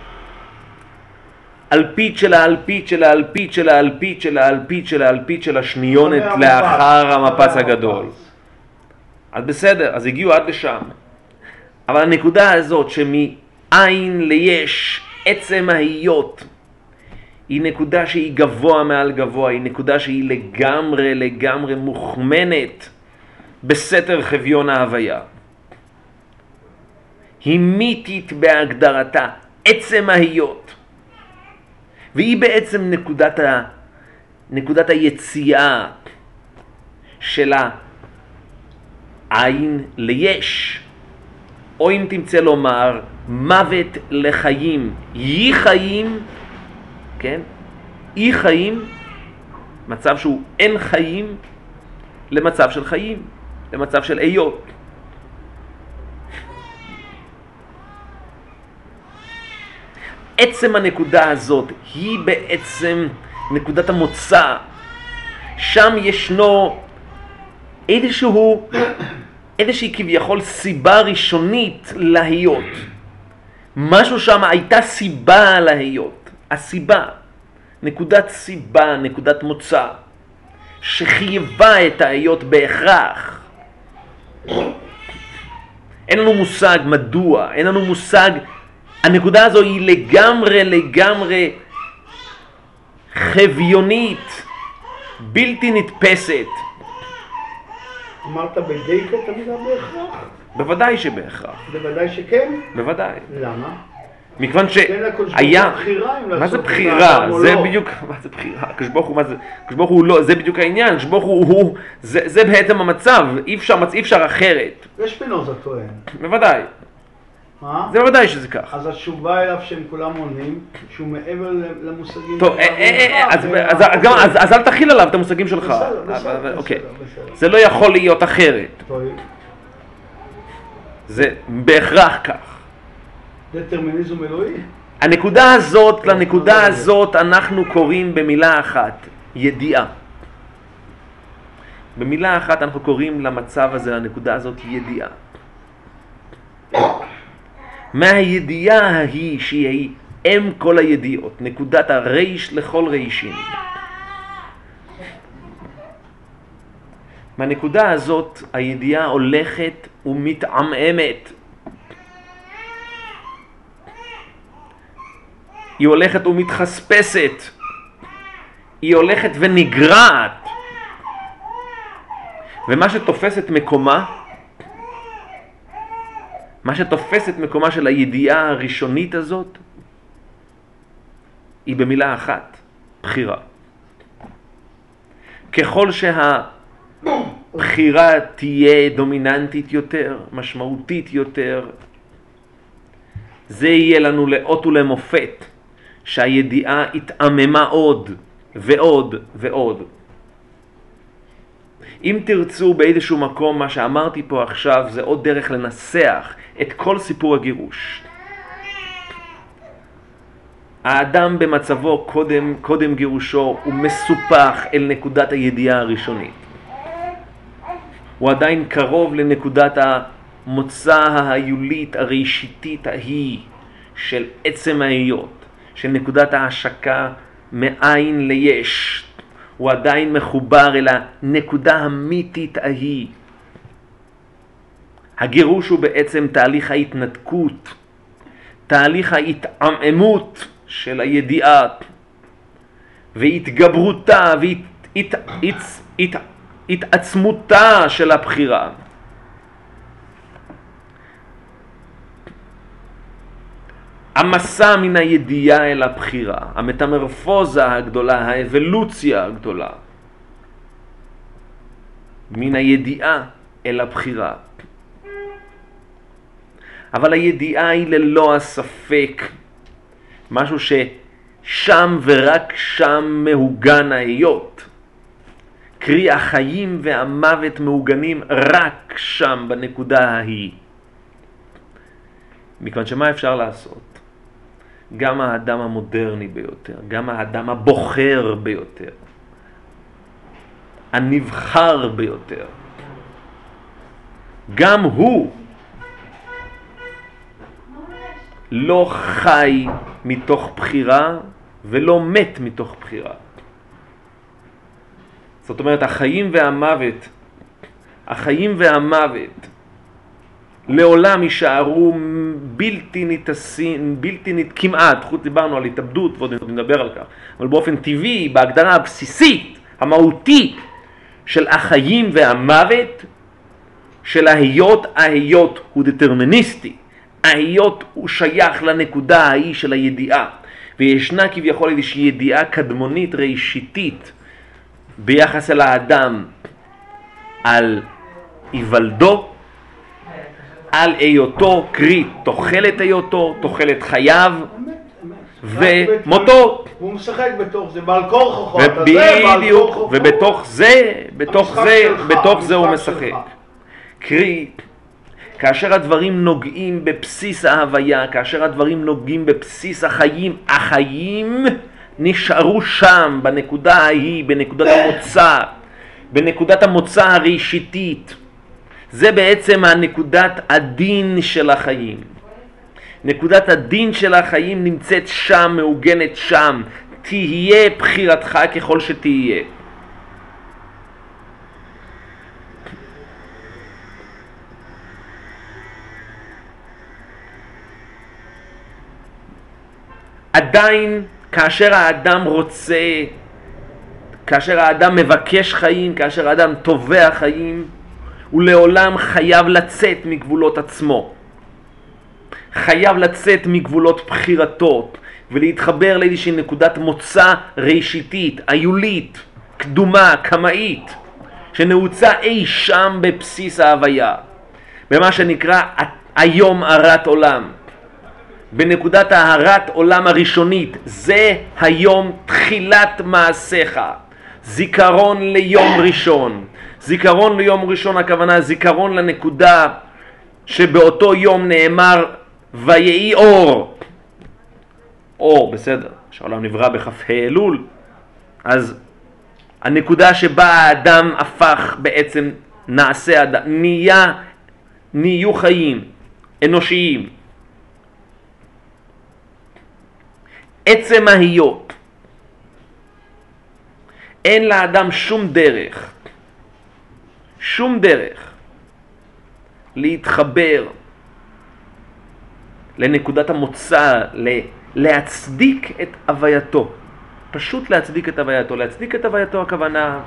האלפית של האלפית של האלפית של האלפית של האלפית של האלפית של השניונת לאחר המפץ הגדול. אז בסדר, אז הגיעו עד לשם. אבל הנקודה הזאת שמעין ליש, עצם ההיות, היא נקודה שהיא גבוה מעל גבוה, היא נקודה שהיא לגמרי לגמרי מוכמנת בסתר חביון ההוויה. היא מיתית בהגדרתה, עצם ההיות. והיא בעצם נקודת היציאה של העין ליש, או אם תמצא לומר, מוות לחיים. יהי חיים, כן? אי חיים, מצב שהוא אין חיים, למצב של חיים, למצב של היות. עצם הנקודה הזאת היא בעצם נקודת המוצא. שם ישנו איזושהי כביכול סיבה ראשונית להיות. משהו שם הייתה סיבה להיות. הסיבה, נקודת סיבה, נקודת מוצא, שחייבה את ההיות בהכרח. אין לנו מושג מדוע, אין לנו מושג. הנקודה הזו היא לגמרי חביונית, בלתי נתפסת. אמרת בדייקה את המילה בהכרח? בוודאי שבהכרח. בוודאי שכן? בוודאי. למה? מכיוון שהיה, מה זה בחירה? זה בדיוק, מה זה בחירה? הקדוש ברוך הוא לא, זה בדיוק העניין, הקדוש ברוך הוא, זה בעצם המצב, אי אפשר אחרת. ושפינוזה טוען. בוודאי. זה בוודאי שזה כך. אז התשובה אליו שהם כולם עונים, שהוא מעבר למושגים... טוב, אז אל תכיל עליו את המושגים שלך. בסדר. זה לא יכול להיות אחרת. זה בהכרח כך. דטרמיניזם אלוהי? לנקודה הזאת אנחנו קוראים במילה אחת, ידיעה. במילה אחת אנחנו קוראים למצב הזה, לנקודה הזאת, ידיעה. מהידיעה ההיא שהיא אם כל הידיעות, נקודת הריש לכל רישים. מהנקודה הזאת הידיעה הולכת ומתעמעמת. היא הולכת ומתחספסת. היא הולכת ונגרעת. ומה שתופס את מקומה, מה שתופס את מקומה של הידיעה הראשונית הזאת, היא במילה אחת, בחירה. ככל שהבחירה תהיה דומיננטית יותר, משמעותית יותר, זה יהיה לנו לאות ולמופת, שהידיעה התעממה עוד ועוד ועוד. אם תרצו באיזשהו מקום, מה שאמרתי פה עכשיו זה עוד דרך לנסח את כל סיפור הגירוש. האדם במצבו קודם גירושו הוא מסופח אל נקודת הידיעה הראשונית. הוא עדיין קרוב לנקודת המוצא ההיולית הראשיתית ההיא של עצם ההיות, של נקודת ההשקה מאין ליש. הוא עדיין מחובר אל הנקודה המיתית ההיא. הגירוש הוא בעצם תהליך ההתנתקות, תהליך ההתעממות של הידיעה, והתגברותה והתעצמותה של הבחירה. המסע מן הידיעה אל הבחירה, המטמורפוזה הגדולה, האבולוציה הגדולה, מן הידיעה אל הבחירה. אבל הידיעה היא ללא הספק משהו ששם ורק שם מהוגן ההיות. קרי החיים והמוות מהוגנים רק שם בנקודה ההיא. מכיוון שמה אפשר לעשות? גם האדם המודרני ביותר, גם האדם הבוחר ביותר, הנבחר ביותר, גם הוא לא חי מתוך בחירה ולא מת מתוך בחירה. זאת אומרת, החיים והמוות לעולם יישארו בלתי ניתסים, כמעט, חוץ דיברנו על התאבדות ועוד נדבר על כך, אבל באופן טבעי, בהגדרה הבסיסית, המהותית של החיים והמוות, של ההיות הוא דטרמיניסטי. ההיות הוא שייך לנקודה ההיא של הידיעה, וישנה כביכול איזושהי ידיעה קדמונית ראשיתית ביחס אל האדם על היוולדו, על היותו, קרי תוחלת היותו, תוחלת חייו ומותו. הוא משחק בתוך זה, בעל כורחו, אתה זה בעל כורחו. ובתוך זה הוא משחק. קרי, כאשר הדברים נוגעים בבסיס ההוויה, כאשר הדברים נוגעים בבסיס החיים, החיים נשארו שם, בנקודה ההיא, בנקודת המוצא הראשיתית. זה בעצם הנקודת הדין של החיים. נקודת הדין של החיים נמצאת שם, מעוגנת שם. תהיה בחירתך ככל שתהיה. עדיין כאשר האדם רוצה, כאשר האדם מבקש חיים, כאשר האדם תובע חיים, הוא לעולם חייב לצאת מגבולות עצמו. חייב לצאת מגבולות בחירתו ולהתחבר לאיזושהי נקודת מוצא ראשיתית, איולית, קדומה, קמאית, שנעוצה אי שם בבסיס ההוויה, במה שנקרא היום הרת עולם, בנקודת ההרת עולם הראשונית. זה היום תחילת מעשיך, זיכרון ליום ראשון. זיכרון ליום ראשון הכוונה זיכרון לנקודה שבאותו יום נאמר ויהי אור. אור, בסדר, שהעולם נברא בכ"ה אלול, אז הנקודה שבה האדם הפך בעצם נעשה אדם, נהיו חיים אנושיים, עצם ההיות. אין לאדם שום דרך להתחבר לנקודת המוצא, להצדיק את הווייתו. פשוט להצדיק את הווייתו. להצדיק את הווייתו הכוונה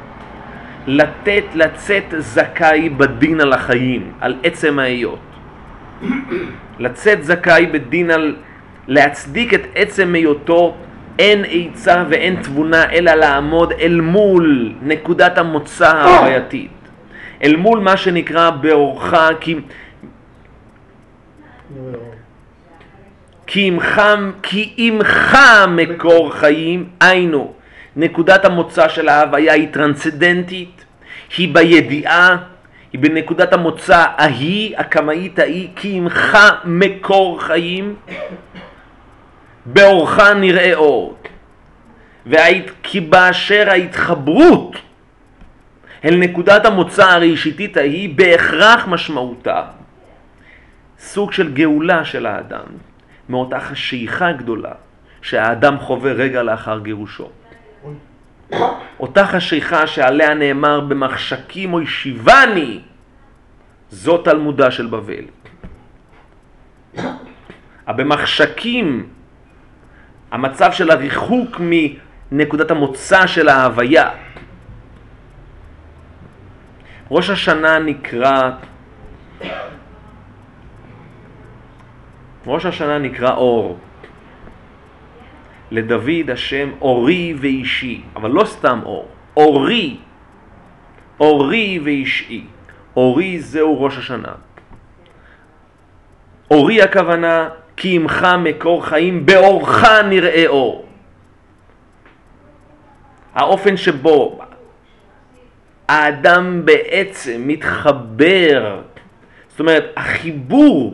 לצאת זכאי בדין על החיים, על עצם ההיות. לצאת זכאי בדין על להצדיק את עצם היותו. אין עיצה ואין תבונה אלא לעמוד אל מול נקודת המוצא ההווייתית, אל מול מה שנקרא באורך, כי עמך מקור חיים. היינו, נקודת המוצא של ההוויה היא טרנסצנדנטית, היא בידיעה, היא בנקודת המוצא ההיא, הקמאית ההיא, כי עמך מקור חיים, באורך נראה אור. כי באשר ההתחברות אל נקודת המוצא הראשיתית ההיא בהכרח משמעותה סוג של גאולה של האדם מאותה חשיכה גדולה שהאדם חווה רגע לאחר גירושו. אותה חשיכה שעליה נאמר במחשכים או ישיבני, זאת תלמודה של בבל. במחשכים, המצב של הריחוק מנקודת המוצא של ההוויה. ראש השנה נקרא אור. לדוד השם אורי ואישי, אבל לא סתם אור, אורי ואישי. אורי זהו ראש השנה. אורי הכוונה כי עמך מקור חיים, באורך נראה אור. האופן שבו האדם בעצם מתחבר, זאת אומרת החיבור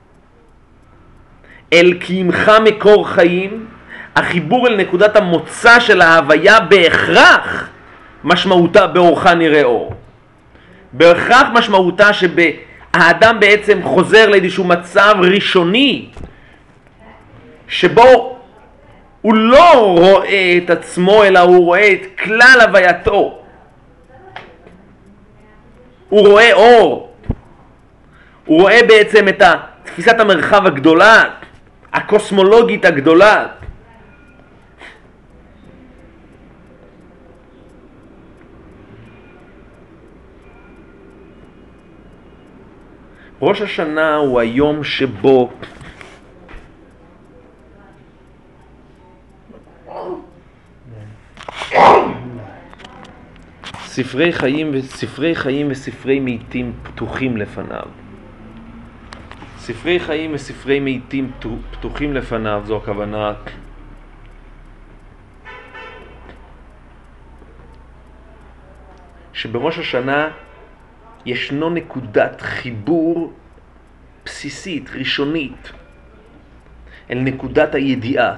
אל כי עמך מקור חיים, החיבור אל נקודת המוצא של ההוויה בהכרח משמעותה באורך נראה אור. בהכרח משמעותה שהאדם בעצם חוזר לאיזשהו מצב ראשוני שבו הוא לא רואה את עצמו אלא הוא רואה את כלל הווייתו. הוא רואה אור. הוא רואה בעצם את תפיסת המרחב הגדולה, הקוסמולוגית הגדולה. ראש השנה הוא היום שבו ספרי חיים וספרי מתים פתוחים לפניו. ספרי חיים וספרי מתים פתוחים לפניו, זו הכוונה שבראש השנה ישנו נקודת חיבור בסיסית, ראשונית, אל נקודת הידיעה.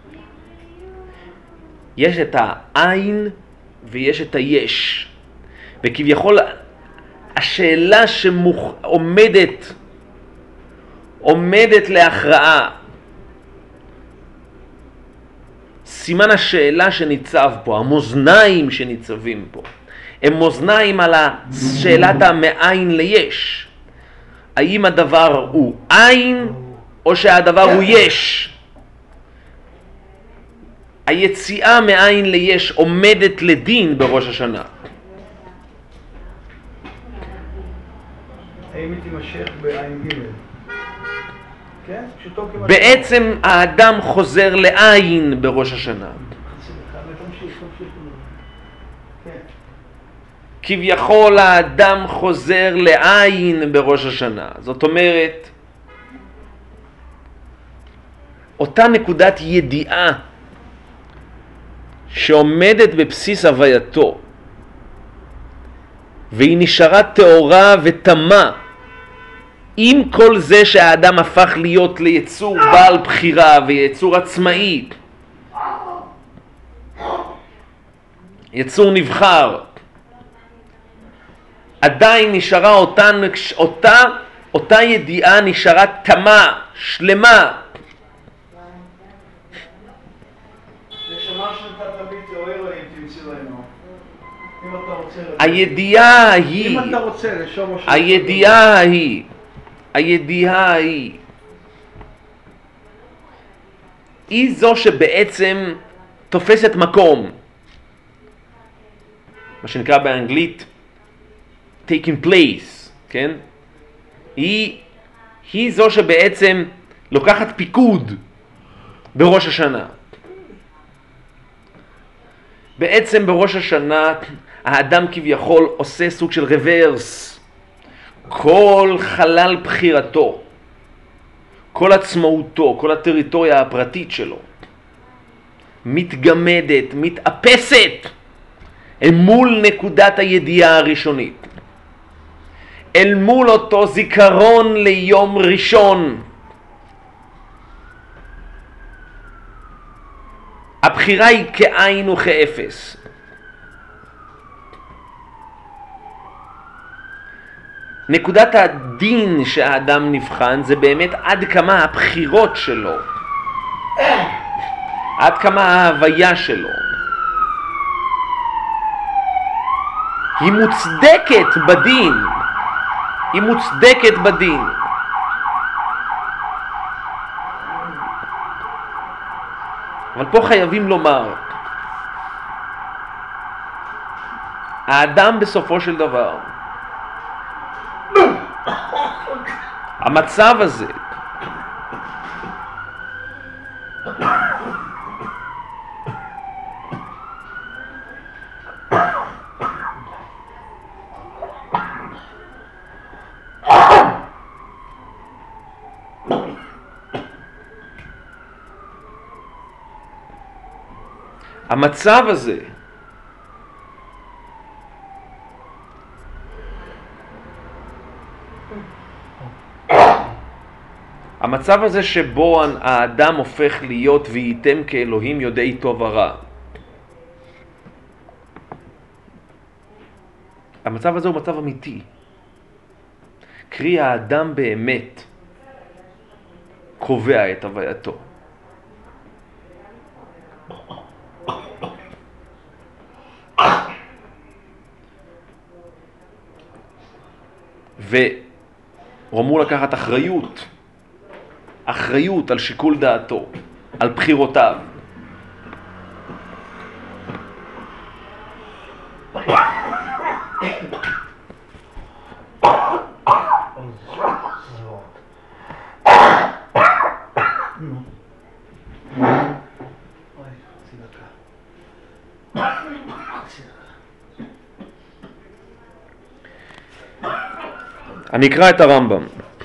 יש את העין ויש את היש, וכביכול השאלה שעומדת להכרעה, סימן השאלה שניצב פה, המאזניים שניצבים פה, הם מאזניים על שאלת המאין ליש. האם הדבר הוא עין או שהדבר הוא יש? היציאה מאין ליש עומדת לדין בראש השנה. האם היא תימשך בעין ג'? כן, פשוטו כמשמעו. בעצם האדם חוזר לעין בראש השנה. תמשיך. כן. כביכול האדם חוזר לעין בראש השנה. זאת אומרת, אותה נקודת ידיעה שעומדת בבסיס הווייתו, והיא נשארה טהורה ותמה, עם כל זה שהאדם הפך להיות ליצור בעל בחירה ויצור עצמאי, יצור נבחר, עדיין נשארה אותה ידיעה נשארה תמה, שלמה. נשמה שנתה תמיד תאוהר אם תמצא לנו. אם אתה רוצה... הידיעה היא, אם אתה רוצה לשום... הידיעה היא זו שבעצם תופסת מקום, מה שנקרא באנגלית taking place, כן? היא זו שבעצם לוקחת פיקוד בראש השנה. בעצם בראש השנה האדם כביכול עושה סוג של רוורס. כל חלל בחירתו, כל עצמאותו, כל הטריטוריה הפרטית שלו מתגמדת, מתאפסת אל מול נקודת הידיעה הראשונית, אל מול אותו זיכרון ליום ראשון. הבחירה היא כאין וכאפס. נקודת הדין שהאדם נבחן זה באמת עד כמה הבחירות שלו, עד כמה ההוויה שלו היא מוצדקת בדין, היא מוצדקת בדין. אבל פה חייבים לומר, האדם בסופו של דבר, המצב הזה המצב הזה שבו האדם הופך להיות וייתם כאלוהים יודעי טוב ורע, המצב הזה הוא מצב אמיתי. קרי האדם באמת קובע את הווייתו. והוא אמור לקחת אחריות על שיקול דעתו, על בחירותיו. אני אקרא את הרמב"ם.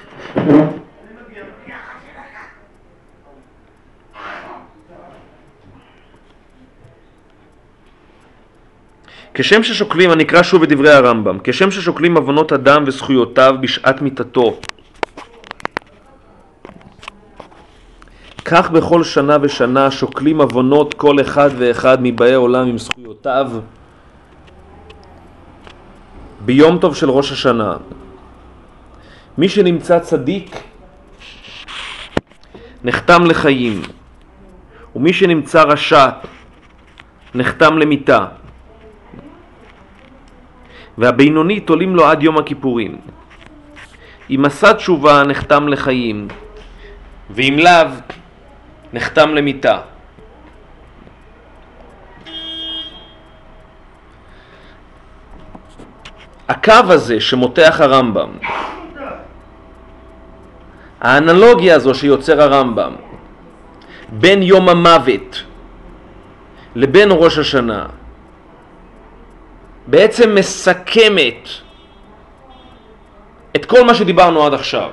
כשם ששוקלים, אני אקרא שוב את דברי הרמב"ם, כשם ששוקלים עוונות אדם וזכויותיו בשעת מיתתו, כך בכל שנה ושנה שוקלים עוונות כל אחד ואחד מבאי עולם עם זכויותיו ביום טוב של ראש השנה. מי שנמצא צדיק נחתם לחיים, ומי שנמצא רשע נחתם למיתה, והבינוני תולים לו עד יום הכיפורים. אם עשה תשובה נחתם לחיים, ואם לאו נחתם למיתה. הקו הזה שמותח הרמב"ם, האנלוגיה הזו שיוצר הרמב"ם בין יום המוות לבין ראש השנה בעצם מסכמת את כל מה שדיברנו עד עכשיו.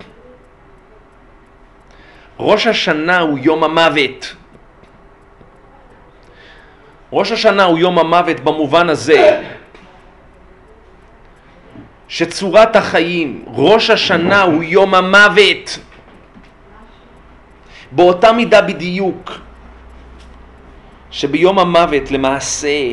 ראש השנה הוא יום המוות. ראש השנה הוא יום המוות במובן הזה שצורת החיים, ראש השנה הוא יום המוות. באותה מידה בדיוק שביום המוות למעשה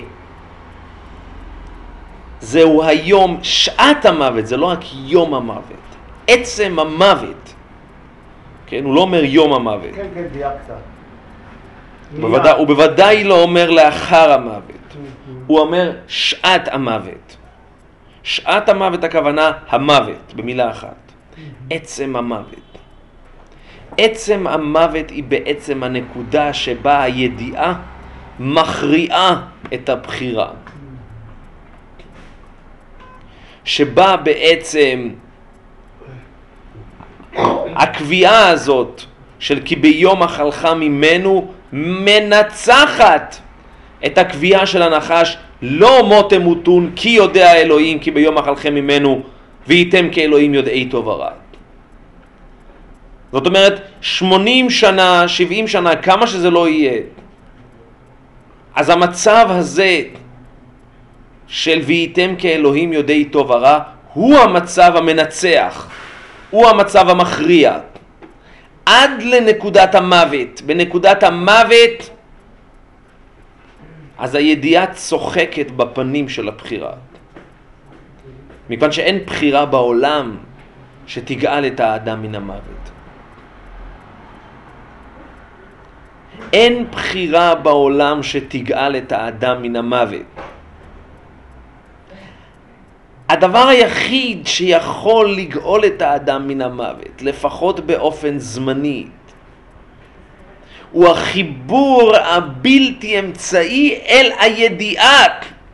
זהו היום, שעת המוות, זה לא רק יום המוות, עצם המוות. כן, הוא לא אומר יום המוות. כן, כן, דייקת. הוא בוודאי לא אומר לאחר המוות. הוא אומר שעת המוות. שעת המוות הכוונה המוות, במילה אחת. עצם המוות. עצם המוות היא בעצם הנקודה שבה הידיעה מכריעה את הבחירה. שבה בעצם הקביעה הזאת של כי ביום אכלך ממנו מנצחת את הקביעה של הנחש לא מות תמותון כי יודע אלוהים כי ביום אכלכם ממנו והייתם כאלוהים יודעי טוב ורע. זאת אומרת 80 שנה, 70 שנה, כמה שזה לא יהיה, אז המצב הזה של והייתם כאלוהים יודעי טוב ורע הוא המצב המנצח, הוא המצב המכריע עד לנקודת המוות. בנקודת המוות אז הידיעה צוחקת בפנים של הבחירה, מכיוון שאין בחירה בעולם שתגאל את האדם מן המוות. אין בחירה בעולם שתגאל את האדם מן המוות. הדבר היחיד שיכול לגאול את האדם מן המוות, לפחות באופן זמני, הוא החיבור הבלתי אמצעי אל הידיעה.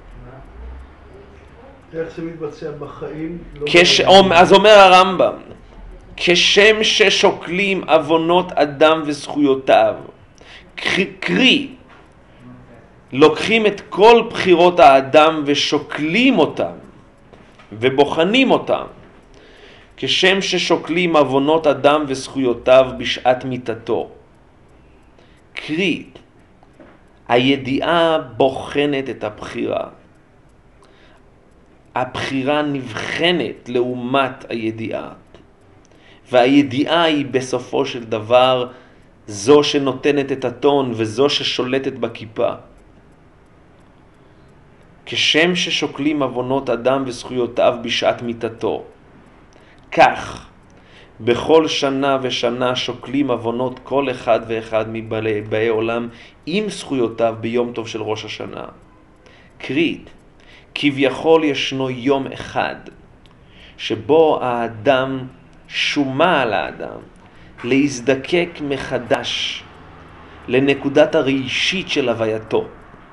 איך זה מתבצע בחיים? אז אומר הרמב"ם, כשם ששוקלים עוונות אדם וזכויותיו, קרי, לוקחים את כל בחירות האדם ושוקלים אותם ובוחנים אותם, כשם ששוקלים עוונות אדם וזכויותיו בשעת מיתתו. קרי, הידיעה בוחנת את הבחירה. הבחירה נבחנת לעומת הידיעה. והידיעה היא בסופו של דבר זו שנותנת את הטון וזו ששולטת בכיפה. כשם ששוקלים עוונות אדם וזכויותיו בשעת מיתתו, כך בכל שנה ושנה שוקלים עוונות כל אחד ואחד מבאי עולם עם זכויותיו ביום טוב של ראש השנה. קרי, כביכול ישנו יום אחד שבו האדם שומה על האדם להזדקק מחדש לנקודת הראשית של הווייתו.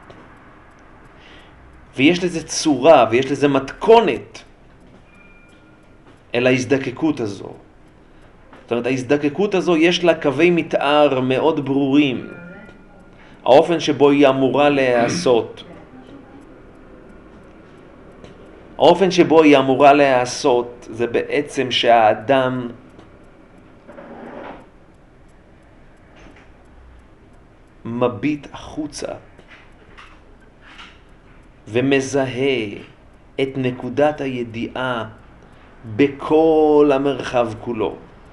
ויש לזה צורה ויש לזה מתכונת אל ההזדקקות הזו. זאת אומרת, ההזדקקות הזו יש לה קווי מתאר מאוד ברורים. האופן שבו היא אמורה להיעשות. האופן שבו היא אמורה להיעשות זה בעצם שהאדם מביט החוצה ומזהה את נקודת הידיעה בכל המרחב כולו.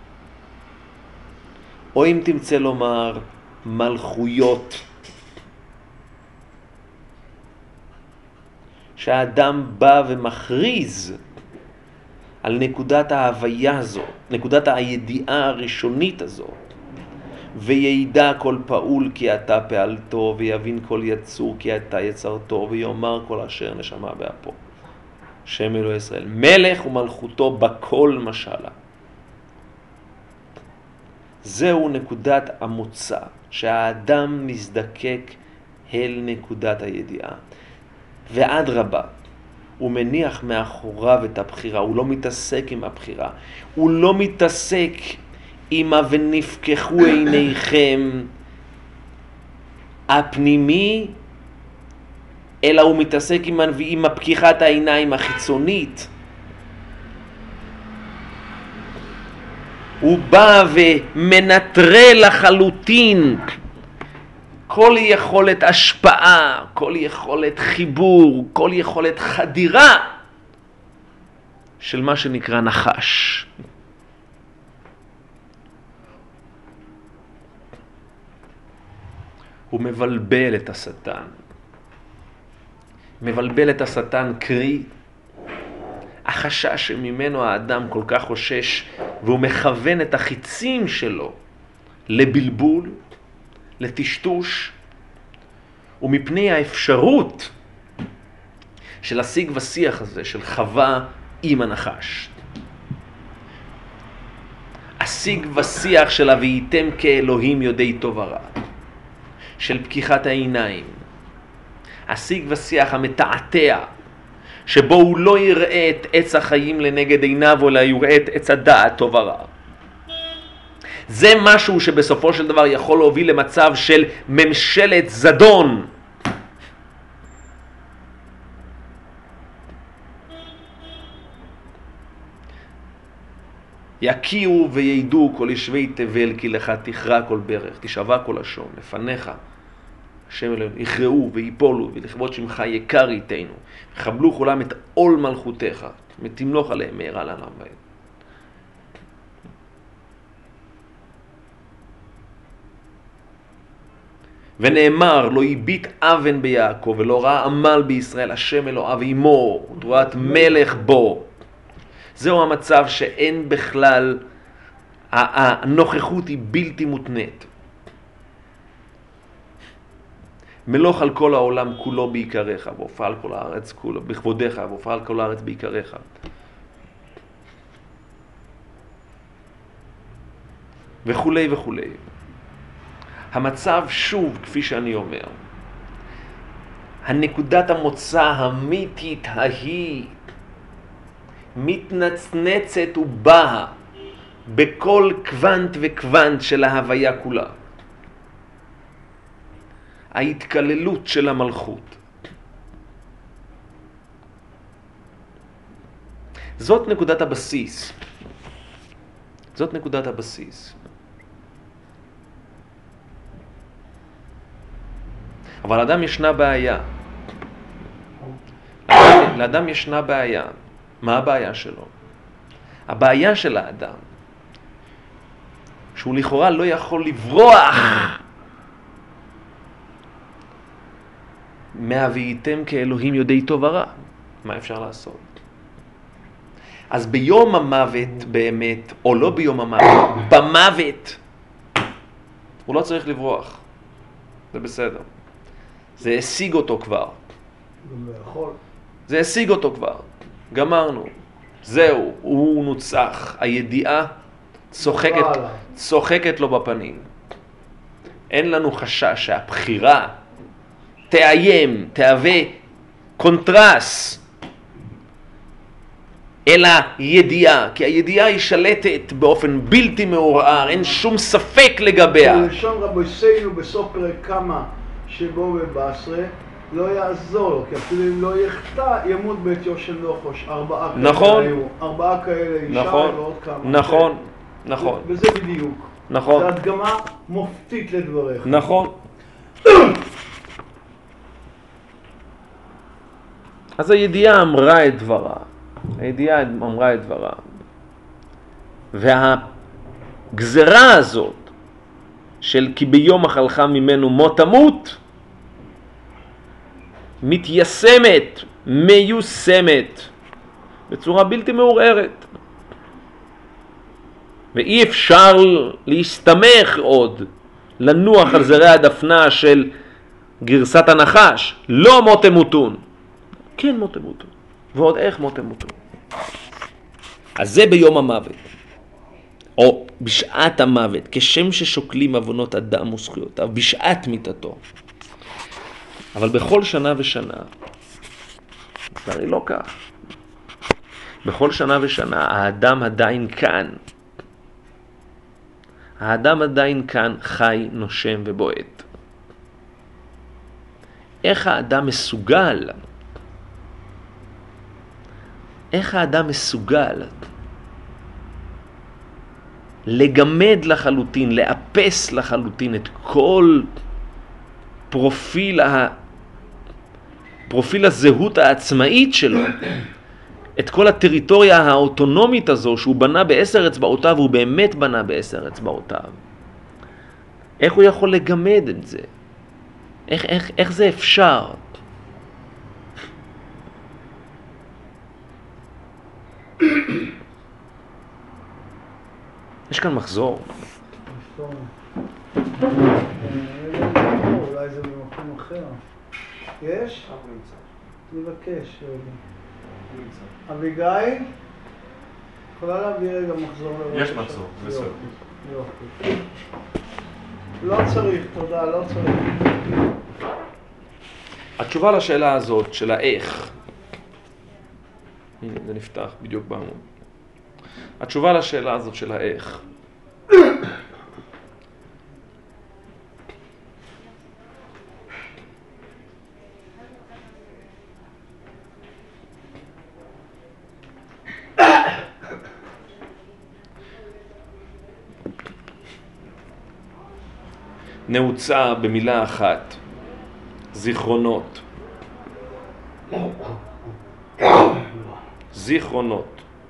או אם תמצא לומר מלכויות. שהאדם בא ומכריז על נקודת ההוויה הזו, נקודת הידיעה הראשונית הזו. וידע כל פעול כי אתה פעלתו, ויבין כל יצור כי אתה יצרתו, ויאמר כל אשר נשמה באפו. שם אלוהי ישראל, מלך ומלכותו בכל משלה. זהו נקודת המוצא, שהאדם מזדקק אל נקודת הידיעה. ועד רבה, הוא מניח מאחוריו את הבחירה, הוא לא מתעסק עם הבחירה, הוא לא מתעסק אמא ונפקחו עיניכם הפנימי, אלא הוא מתעסק עם הפקיחת העיניים החיצונית. הוא בא ומנטרל לחלוטין כל יכולת השפעה, כל יכולת חיבור, כל יכולת חדירה של מה שנקרא נחש. הוא מבלבל את השטן. מבלבל את השטן, קרי החשש שממנו האדם כל כך חושש, והוא מכוון את החיצים שלו לבלבול, לטשטוש, ומפני האפשרות של השיג ושיח הזה, של חווה עם הנחש. השיג ושיח של הווייתם כאלוהים יודעי טוב ורע, של פקיחת העיניים, השיג ושיח המתעתע, שבו הוא לא יראה את עץ החיים לנגד עיניו, אלא יראה את עץ הדעת טוב ורע. זה משהו שבסופו של דבר יכול להוביל למצב של ממשלת זדון. יכירו וידעו כל ישבי תבל, כי לך תכרע כל ברך, תשבע כל לשון, לפניך השם אלוהים, יכרעו ויפולו ולכבוד שמך יקר איתנו, וחבלו כולם את עול מלכותך, ותמלוך עליהם מהרה לעולם ועד. ונאמר, לא הביט אבן ביעקב ולא ראה עמל בישראל, השם אלוהיו עמו, תרועת מלך בו. זהו המצב שאין בכלל, הנוכחות היא בלתי מותנית. מלוך על כל העולם כולו בעיקריך, והופע על כל הארץ כולו, בכבודיך, והופע על כל הארץ בעיקריך. וכולי וכולי. המצב שוב, כפי שאני אומר, הנקודת המוצא האמיתית ההיא מתנצנצת ובאה בכל קוונט וקוונט של ההוויה כולה. ההתקללות של המלכות. זאת נקודת הבסיס. זאת נקודת הבסיס. אבל לאדם ישנה בעיה. לאדם ישנה בעיה. מה הבעיה שלו? הבעיה של האדם, שהוא לכאורה לא יכול לברוח מהווייתם כאלוהים יודעי טוב ורע. מה אפשר לעשות? אז ביום המוות באמת, או לא ביום המוות, במוות, הוא לא צריך לברוח. זה בסדר. זה השיג אותו כבר. זה השיג אותו כבר. גמרנו. זהו, הוא נוצח. הידיעה צוחקת לו בפנים. אין לנו חשש שהבחירה תאיים, תהווה קונטרס אלא ידיעה, כי הידיעה היא שלטת באופן בלתי מעורער, אין שום ספק לגביה. לשון רבי סיינו בסוף פרק כמה שבו בבשרה לא יעזור לו, כי אפילו אם לא יחטא, ימות ביתו של נחוש. ארבעה כאלה אישה ועוד כמה. נכון. וזה בדיוק. נכון. זו הדגמה מופתית לדבריך. נכון. אז הידיעה אמרה את דברה. והגזרה הזאת של כי ביום אכלך ממנו מות תמות, מתיישמת, מיושמת, בצורה בלתי מעורערת. ואי אפשר להסתמך עוד, לנוח על זרי הדפנה של גרסת הנחש. לא מות תמותון. כן מות תמותון. ועוד איך מות תמותון. אז זה ביום המוות. או בשעת המוות, כשם ששוקלים עוונות אדם וזכויותיו, בשעת מיתתו. אבל בכל שנה ושנה, זה הרי לא כך. בכל שנה ושנה האדם עדיין כאן. האדם עדיין כאן חי, נושם ובועט. איך האדם מסוגל? איך האדם מסוגל לגמד לחלוטין, לאפס לחלוטין את כל פרופיל הזהות העצמאית שלו, את כל הטריטוריה האוטונומית הזו שהוא בנה ב10 אצבעותיו, הוא באמת בנה ב10 אצבעותיו. איך הוא יכול לגמד את זה? איך זה אפשר? יש כאן מחזור. אולי זה במקום אחר. יש? נבקש. אביגיל? יכולה להביא רגע מחזור לראש? יש מחזור, בסדר. יופי. לא צריך, תודה, לא צריך. התשובה לשאלה הזאת של האיך, הנה זה נפתח בדיוק בעמוד. התשובה לשאלה הזאת של האיך נעוצה במילה אחת: זיכרונות. זיכרונות.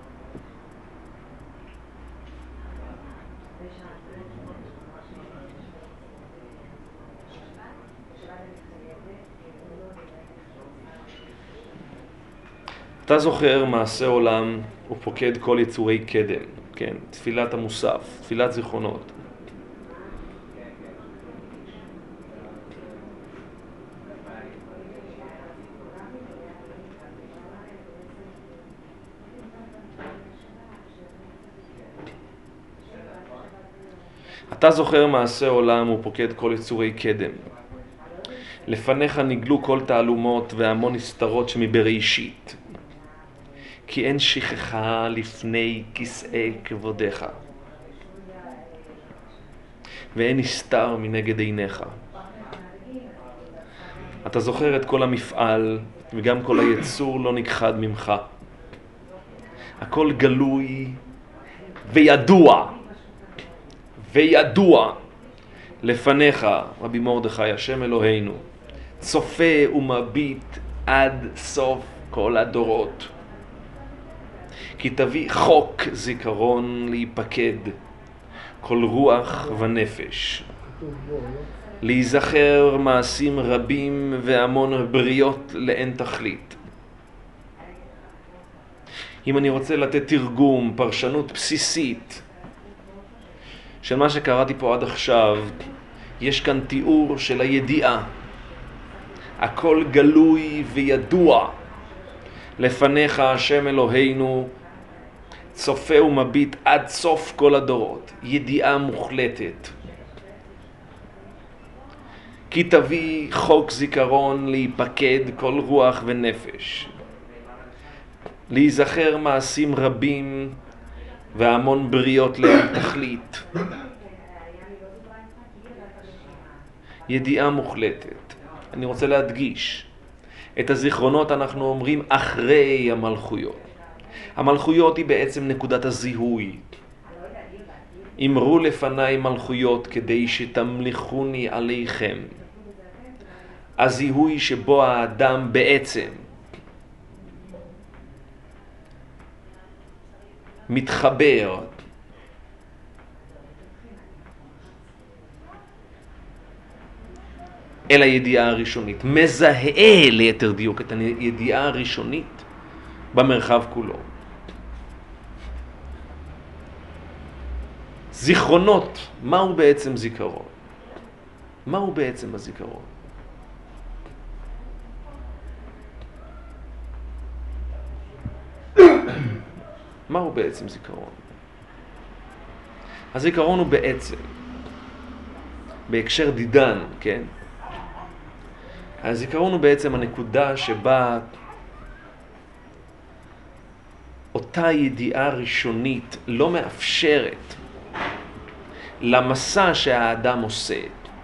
אתה זוכר מעשה עולם ופוקד כל יצורי קדם, כן, תפילת המוסף, תפילת זיכרונות. אתה זוכר מעשה עולם ופוקד כל יצורי קדם. לפניך נגלו כל תעלומות והמון הסתרות שמבראשית. כי אין שכחה לפני כיסאי כבודך. ואין נסתר מנגד עיניך. אתה זוכר את כל המפעל וגם כל היצור לא נכחד ממך. הכל גלוי וידוע. וידוע לפניך, רבי מרדכי, השם אלוהינו, צופה ומביט עד סוף כל הדורות. כי תביא חוק זיכרון להיפקד כל רוח ונפש. להיזכר מעשים רבים והמון בריות לאין תכלית. אם אני רוצה לתת תרגום, פרשנות בסיסית של מה שקראתי פה עד עכשיו, יש כאן תיאור של הידיעה. הכל גלוי וידוע. לפניך השם אלוהינו, צופה ומביט עד סוף כל הדורות. ידיעה מוחלטת. כי תביא חוק זיכרון להיפקד כל רוח ונפש. להיזכר מעשים רבים והמון בריות לאין תכלית. ידיעה מוחלטת. אני רוצה להדגיש, את הזיכרונות אנחנו אומרים אחרי המלכויות. המלכויות היא בעצם נקודת הזיהוי. אמרו לפניי מלכויות כדי שתמליכוני עליכם. הזיהוי שבו האדם בעצם מתחבר אל הידיעה הראשונית, מזהה ליתר דיוק את הידיעה הראשונית במרחב כולו. זיכרונות, מהו בעצם זיכרון? מהו בעצם הזיכרון? מהו בעצם זיכרון? הזיכרון הוא בעצם, בהקשר דידן, כן? הזיכרון הוא בעצם הנקודה שבה אותה ידיעה ראשונית לא מאפשרת למסע שהאדם עושה.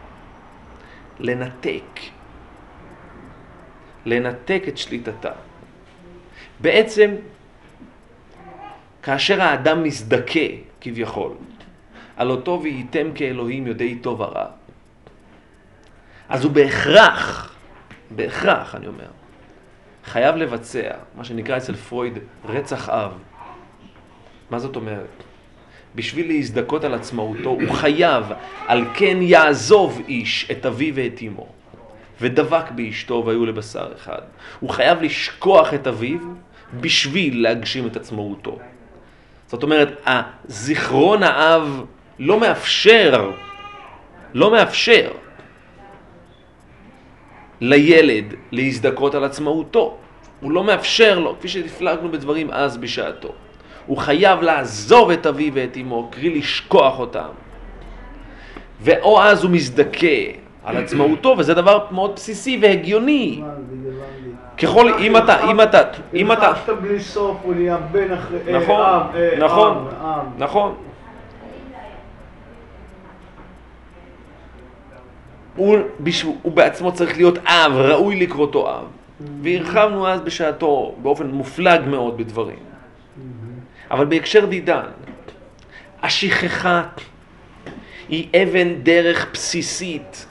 לנתק את שליטתה. בעצם, כאשר האדם מזדכה, כביכול, על אותו וייתם כאלוהים יודעי טוב ורע, אז הוא בהכרח, אני אומר, חייב לבצע, מה שנקרא אצל פרויד, רצח אב. מה זאת אומרת? בשביל להזדכות על עצמאותו, הוא חייב, על כן יעזוב איש את אביו ואת אמו, ודבק באשתו והיו לבשר אחד. הוא חייב לשכוח את אביו בשביל להגשים את עצמאותו. זאת אומרת, הזיכרון האב לא מאפשר לילד להזדכות על עצמאותו. הוא לא מאפשר לו, כפי שהפלגנו בדברים אז בשעתו. הוא חייב לעזוב את אביו ואת אמו, קרי לשכוח אותם. ואו אז הוא מזדכה על עצמאותו, וזה דבר מאוד בסיסי והגיוני. ככל, אם אתה... חשת בלי סוף, הוא נהיה בן אחרי... נכון. הוא בעצמו צריך להיות אב, ראוי לקרותו אב. והרחבנו אז בשעתו באופן מופלג מאוד בדברים. אבל בהקשר דידן, השכחה היא אבן דרך בסיסית.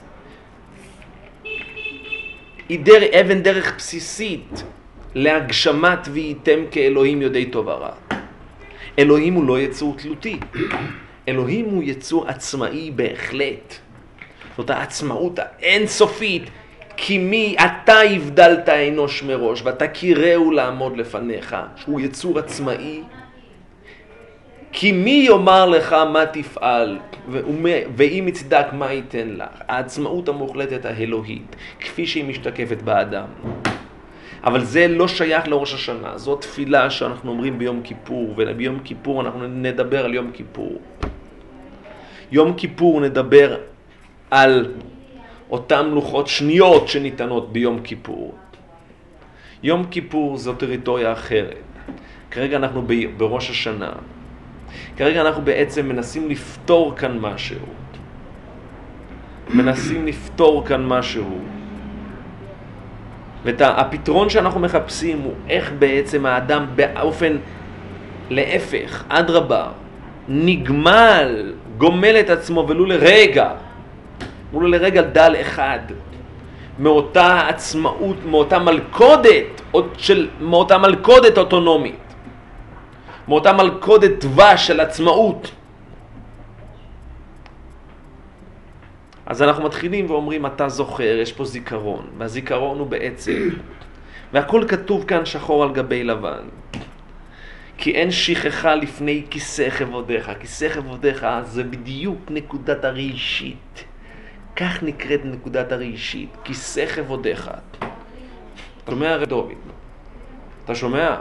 אבן דרך בסיסית להגשמת וייתם כאלוהים יודעי טוב ורע. אלוהים הוא לא יצור תלותי. אלוהים הוא יצור עצמאי בהחלט. זאת העצמאות האינסופית. כי מי אתה הבדלת האנוש מראש ואתה קיראו לעמוד לפניך, שהוא יצור עצמאי. כי מי יאמר לך מה תפעל, ואם יצדק מה ייתן לך. העצמאות המוחלטת האלוהית, כפי שהיא משתקפת באדם. אבל זה לא שייך לראש השנה. זו תפילה שאנחנו אומרים ביום כיפור, וביום כיפור אנחנו נדבר על יום כיפור. יום כיפור נדבר על אותם לוחות שניות שניתנות ביום כיפור. יום כיפור זו טריטוריה אחרת. כרגע אנחנו בראש השנה. כרגע אנחנו בעצם מנסים לפתור כאן משהו. והפתרון שאנחנו מחפשים הוא איך בעצם האדם באופן להפך, אדרבה, גומל את עצמו ולו לרגע דל אחד מאותה עצמאות, מאותה מלכודת אוטונומית, מאותה מלכודת דבש של עצמאות. אז אנחנו מתחילים ואומרים, אתה זוכר, יש פה זיכרון, והזיכרון הוא בעצם, והכל כתוב כאן שחור על גבי לבן. כי אין שכחה לפני כיסא כבודיך. כיסא כבודיך זה בדיוק נקודת הראשית. כך נקראת נקודת הראשית, כיסא כבודיך. אתה שומע רב דוד? אתה שומע?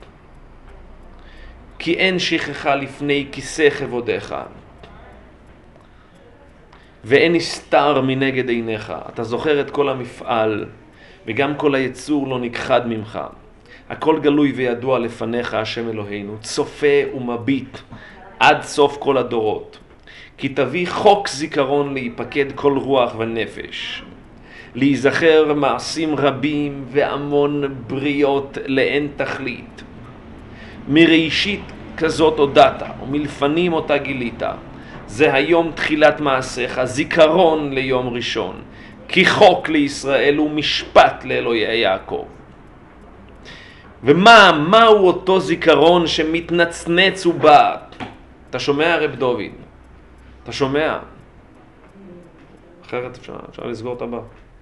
כי אין שכחה לפני כיסא כבודיך. ואין נסתר מנגד עיניך. אתה זוכר את כל המפעל, וגם כל היצור לא נכחד ממך. הכל גלוי וידוע לפניך, השם אלוהינו, צופה ומביט עד סוף כל הדורות. כי תביא חוק זיכרון להיפקד כל רוח ונפש. להיזכר מעשים רבים והמון בריות לאין תכלית. מראשית כזאת הודעת, ומלפנים אותה גילית. זה היום תחילת מעשיך, זיכרון ליום ראשון. כי חוק לישראל ומשפט לאלוהי יעקב. מהו אותו זיכרון שמתנצנץ ובא? אתה שומע רב דוד? אתה שומע? אחרת אפשר לסגור את הבא.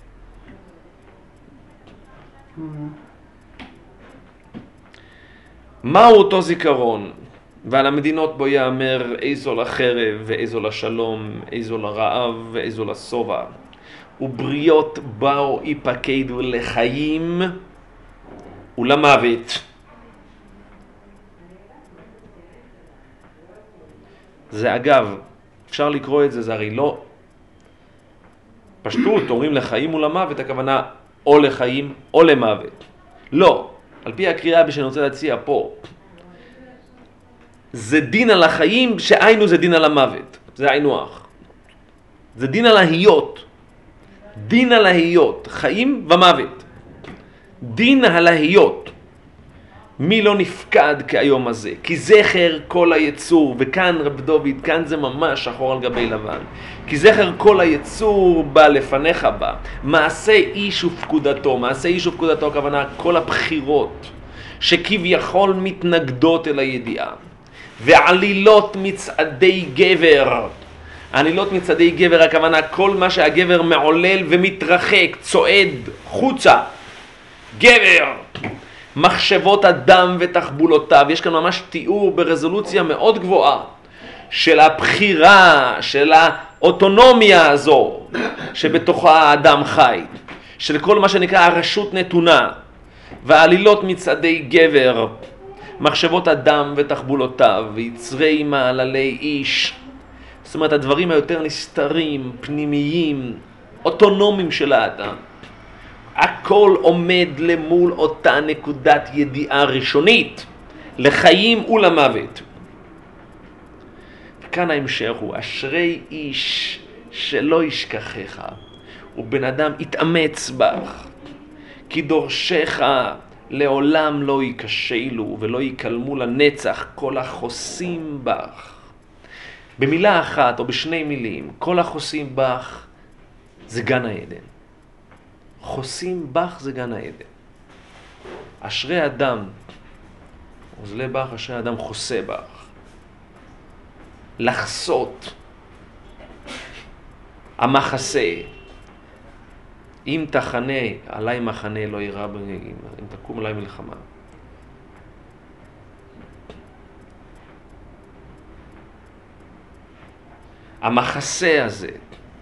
מהו אותו זיכרון? ועל המדינות בו יאמר איזו לחרב ואיזו לשלום, איזו לרעב ואיזו לשובע. ובריות באו יפקדו לחיים ולמוות. זה אגב, אפשר לקרוא את זה, זה הרי לא פשטות, אומרים לחיים ולמוות, הכוונה או לחיים או למוות. לא, על פי הקריאה שאני רוצה להציע פה, זה דין על החיים, שהיינו זה דין על המוות. זה היינו הך. זה דין על ההיות. דין על ההיות, חיים ומוות. דין על ההיות. מי לא נפקד כהיום הזה? כי זכר כל היצור, וכאן רב דוד, כאן זה ממש שחור על גבי לבן. כי זכר כל היצור בא לפניך בא. מעשה איש ופקודתו. מעשה איש ופקודתו, הכוונה כל הבחירות שכביכול מתנגדות אל הידיעה. ועלילות מצעדי גבר. עלילות מצעדי גבר, הכוונה כל מה שהגבר מעולל ומתרחק, צועד חוצה. גבר. מחשבות אדם ותחבולותיו. יש כאן ממש תיאור ברזולוציה מאוד גבוהה של הבחירה, של האוטונומיה הזו שבתוכה האדם חי, של כל מה שנקרא הרשות נתונה. ועלילות מצעדי גבר, מחשבות אדם ותחבולותיו, ויצרי מעללי איש. זאת אומרת, הדברים היותר נסתרים, פנימיים, אוטונומיים של האדם. הכל עומד למול אותה נקודת ידיעה ראשונית, לחיים ולמוות. וכאן ההמשך הוא, אשרי איש שלא ישכחך, ובן אדם יתאמץ בך, כי דורשך לעולם לא יקשילו ולא יקלמו לנצח כל החוסים בך. במילה אחת או בשני מילים, כל החוסים בך זה גן העדן. חוסים בך זה גן העדן. אשרי אדם, עוזלה בך, אשרי אדם חוסה בך. לחסות. המחסה. אם תחנה עליי מחנה לא ירא ברגעים, אם תקום עליי מלחמה. המחסה הזה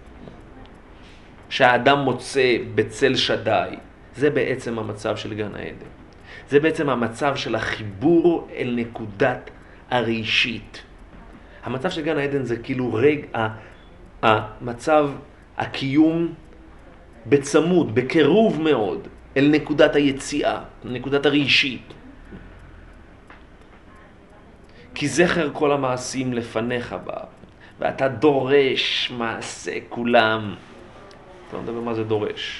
שהאדם מוצא בצל שדי, זה בעצם המצב של גן העדן. זה בעצם המצב של החיבור אל נקודת הראשית. המצב של גן העדן זה כאילו המצב, הקיום בצמוד, בקירוב מאוד, אל נקודת היציאה, נקודת הראשית. כי זכר כל המעשים לפניך בה, ואתה דורש מעשה כולם. אתה לא מדבר מה זה דורש.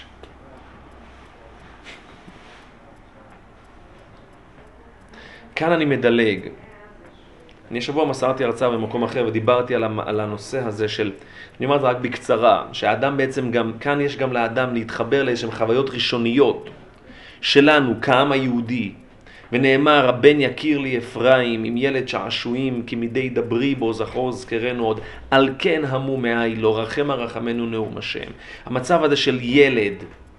כאן אני מדלג. אני השבוע מסרתי הרצאה במקום אחר ודיברתי על הנושא הזה של, אני אומר את זה רק בקצרה, שהאדם בעצם גם, כאן יש גם לאדם להתחבר לאיזשהם חוויות ראשוניות שלנו כעם היהודי. ונאמר, הבן יכיר לי אפרים, עם ילד שעשועים, כי מדי דברי בו זכור זכרנו עוד, על כן המו מאי, לא רחם הרחמנו נאום השם. המצב הזה של ילד,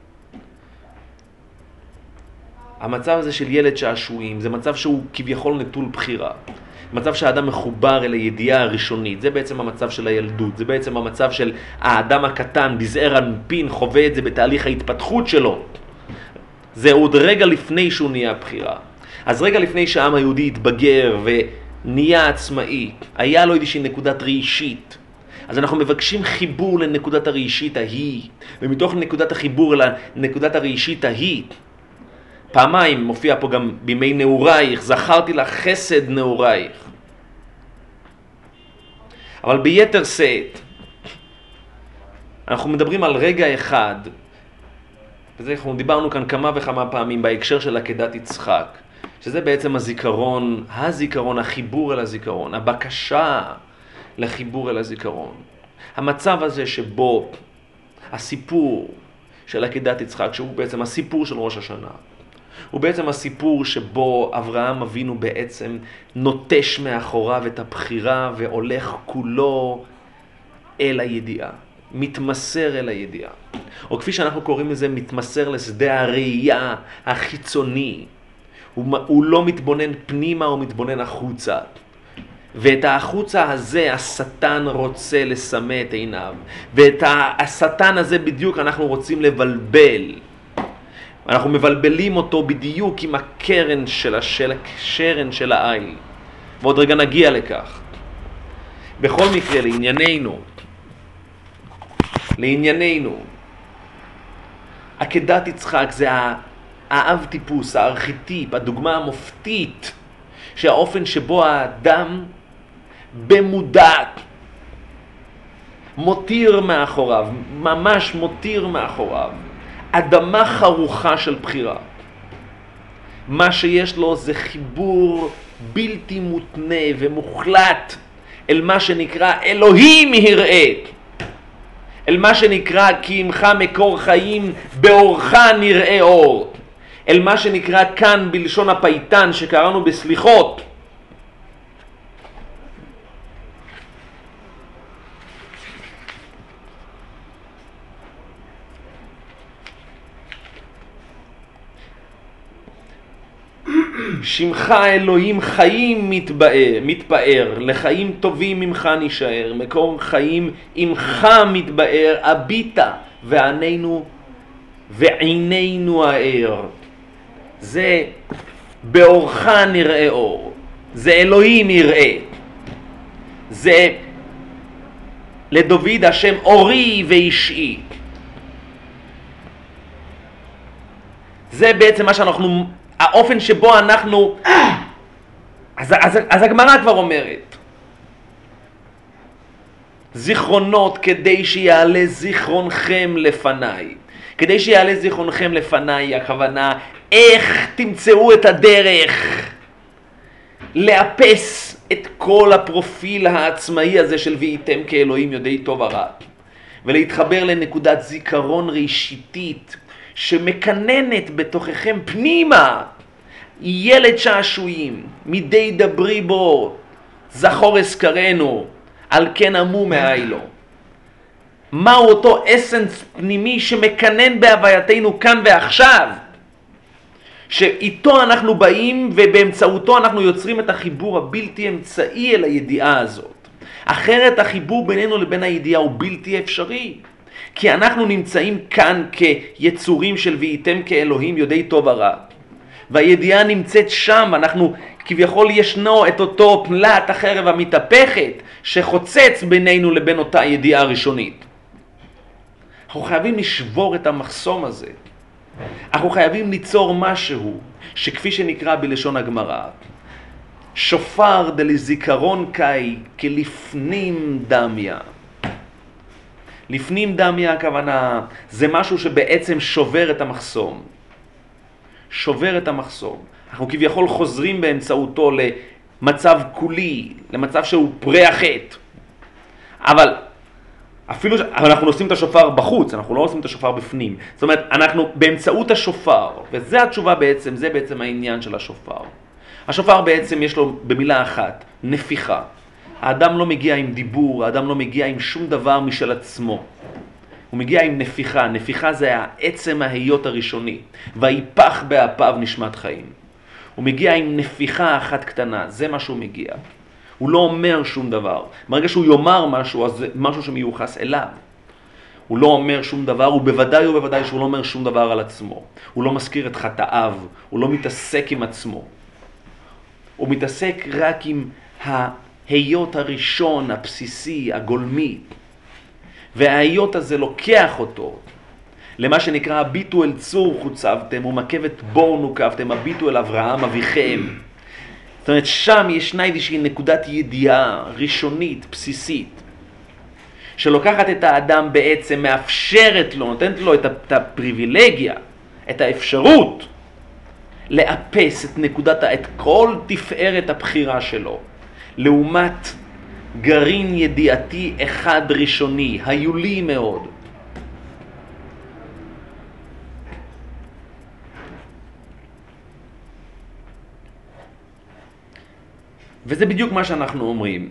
המצב הזה של ילד שעשועים, זה מצב שהוא כביכול נטול בחירה. מצב שהאדם מחובר אל הידיעה הראשונית, זה בעצם המצב של הילדות, זה בעצם המצב של האדם הקטן, בזעיר אנפין, חווה את זה בתהליך ההתפתחות שלו. זה עוד רגע לפני שהוא נהיה בחירה. אז רגע לפני שהעם היהודי התבגר ונהיה עצמאי, היה לו איזושהי נקודת ראשית. אז אנחנו מבקשים חיבור לנקודת הראשית ההיא, ומתוך נקודת החיבור לנקודת הראשית ההיא, פעמיים מופיע פה גם בימי נעורייך, זכרתי לך חסד נעורייך. אבל ביתר שאת, אנחנו מדברים על רגע אחד, וזה אנחנו דיברנו כאן כמה וכמה פעמים בהקשר של עקדת יצחק, שזה בעצם הזיכרון, החיבור אל הזיכרון, הבקשה לחיבור אל הזיכרון. המצב הזה שבו הסיפור של עקדת יצחק, שהוא בעצם הסיפור של ראש השנה, הוא בעצם הסיפור שבו אברהם אבינו בעצם נוטש מאחוריו את הבחירה והולך כולו אל הידיעה. מתמסר אל הידיעה. או כפי שאנחנו קוראים לזה, מתמסר לשדה הראייה החיצוני. הוא לא מתבונן פנימה, הוא מתבונן החוצה. ואת החוצה הזה השטן רוצה לסמא את עיניו. ואת השטן הזה בדיוק אנחנו רוצים לבלבל. אנחנו מבלבלים אותו בדיוק עם הקרן השרן של העיל. ועוד רגע נגיע לכך. בכל מקרה, לענייננו, עקדת יצחק זה האב טיפוס, הארכיטיפ, הדוגמה המופתית, שהאופן שבו האדם במודע מותיר מאחוריו, ממש מותיר מאחוריו, אדמה חרוכה של בחירה. מה שיש לו זה חיבור בלתי מותנה ומוחלט אל מה שנקרא אלוהים יראה, אל מה שנקרא כי עמך מקור חיים באורך נראה אור, אל מה שנקרא כאן בלשון הפייטן שקראנו בסליחות, שמך אלוהים חיים מתפאר, לחיים טובים ממך נשאר, מקור חיים עמך מתבאר, הביטה ועינינו הער. זה באורך נראה אור, זה אלוהים יראה, זה לדוד השם אורי ואישי. זה בעצם מה שאנחנו, האופן שבו אנחנו, אז הגמרא כבר אומרת, זיכרונות כדי שיעלה זיכרונכם לפניי. כדי שיעלה זיכרונכם לפניי, הכוונה, איך תמצאו את הדרך לאפס את כל הפרופיל העצמאי הזה של והייתם כאלוהים יודעי טוב ורע, ולהתחבר לנקודת זיכרון ראשיתית, שמקננת בתוככם פנימה, ילד שעשועים, מדי דברי בו, זכור אזכרנו, על כן עמו מאילו. מהו אותו אסנס פנימי שמקנן בהווייתנו כאן ועכשיו, שאיתו אנחנו באים ובאמצעותו אנחנו יוצרים את החיבור הבלתי אמצעי אל הידיעה הזאת. אחרת החיבור בינינו לבין הידיעה הוא בלתי אפשרי. כי אנחנו נמצאים כאן כיצורים של והייתם כאלוהים יודעי טוב ורע. והידיעה נמצאת שם, אנחנו כביכול ישנו את אותו פלט החרב המתהפכת שחוצץ בינינו לבין אותה ידיעה ראשונית. אנחנו חייבים לשבור את המחסום הזה. אנחנו חייבים ליצור משהו שכפי שנקרא בלשון הגמרא, שופר דלזיכרון קאי כלפנים דמיה. לפנים דמיה הכוונה, זה משהו שבעצם שובר את המחסום. שובר את המחסום. אנחנו כביכול חוזרים באמצעותו למצב כולי, למצב שהוא פרי החטא. אבל אפילו אנחנו נושאים את השופר בחוץ, אנחנו לא נושאים את השופר בפנים. זאת אומרת, אנחנו באמצעות השופר, וזה התשובה בעצם, זה בעצם העניין של השופר. השופר בעצם יש לו במילה אחת, נפיחה. האדם לא מגיע עם דיבור, האדם לא מגיע עם שום דבר משל עצמו. הוא מגיע עם נפיחה. נפיחה זה העצם ההיות הראשוני. ויפח באפיו נשמת חיים. הוא מגיע עם נפיחה אחת קטנה, זה מה שהוא מגיע. הוא לא אומר שום דבר. ברגע שהוא יאמר משהו, אז זה משהו שמיוחס אליו. הוא לא אומר שום דבר, הוא בוודאי שהוא לא אומר שום דבר על עצמו. הוא לא מזכיר את חטאיו, הוא לא מתעסק עם עצמו. הוא מתעסק רק עם ההיות הראשון, הבסיסי, הגולמי. וההיות הזה לוקח אותו למה שנקרא הביטו אל צור חוצבתם ומקבת בור נוקבתם, הביטו אל אברהם אביכם. זאת אומרת, שם ישנה איזושהי נקודת ידיעה ראשונית, בסיסית, שלוקחת את האדם בעצם, מאפשרת לו, נותנת לו את הפריבילגיה, את האפשרות, לאפס את כל תפארת הבחירה שלו, לעומת גרעין ידיעתי אחד ראשוני, היולי מאוד. וזה בדיוק מה שאנחנו אומרים.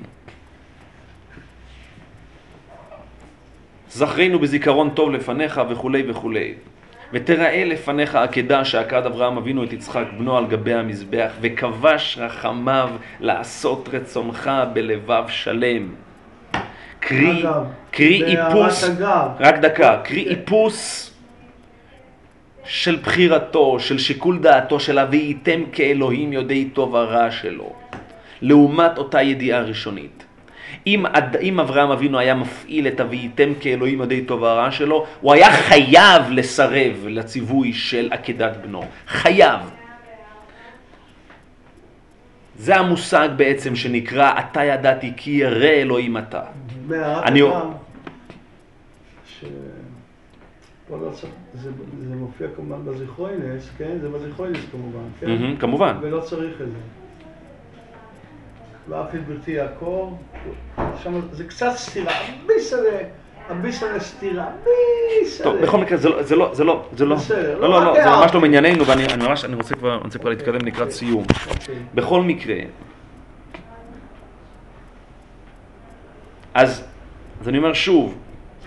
זכרנו בזיכרון טוב לפניך וכולי וכולי. ותראה לפניך עקדה שעקד אברהם אבינו את יצחק בנו על גבי המזבח, וכבש רחמיו לעשות רצונך בלבב שלם. קרי איפוס, רק דקה, קרי איפוס של בחירתו, של שיקול דעתו, של והייתם כאלוהים יודעי טוב ורע שלו, לעומת אותה ידיעה ראשונית. אם אברהם אבינו היה מפעיל את והייתם כאלוהים יודעי טוב ורע שלו, הוא היה חייב לסרב לציווי של עקדת בנו. חייב. זה המושג בעצם שנקרא אתה ידעתי כי ירא אלוהים אתה. פה לא צריך, זה מופיע כמובן בזיכרוינס, כן? זה בזיכרוינס כמובן, כן? כמובן. ולא צריך את זה. ואף התבלתי הקור, שם זה קצת סתירה, הביסה לסתירה, ביסה. טוב, בכל מקרה זה לא, בסדר, לא, זה ממש לא מענייננו, ואני רוצה כבר להתקדם לקראת סיום. בכל מקרה, אז אני אומר שוב,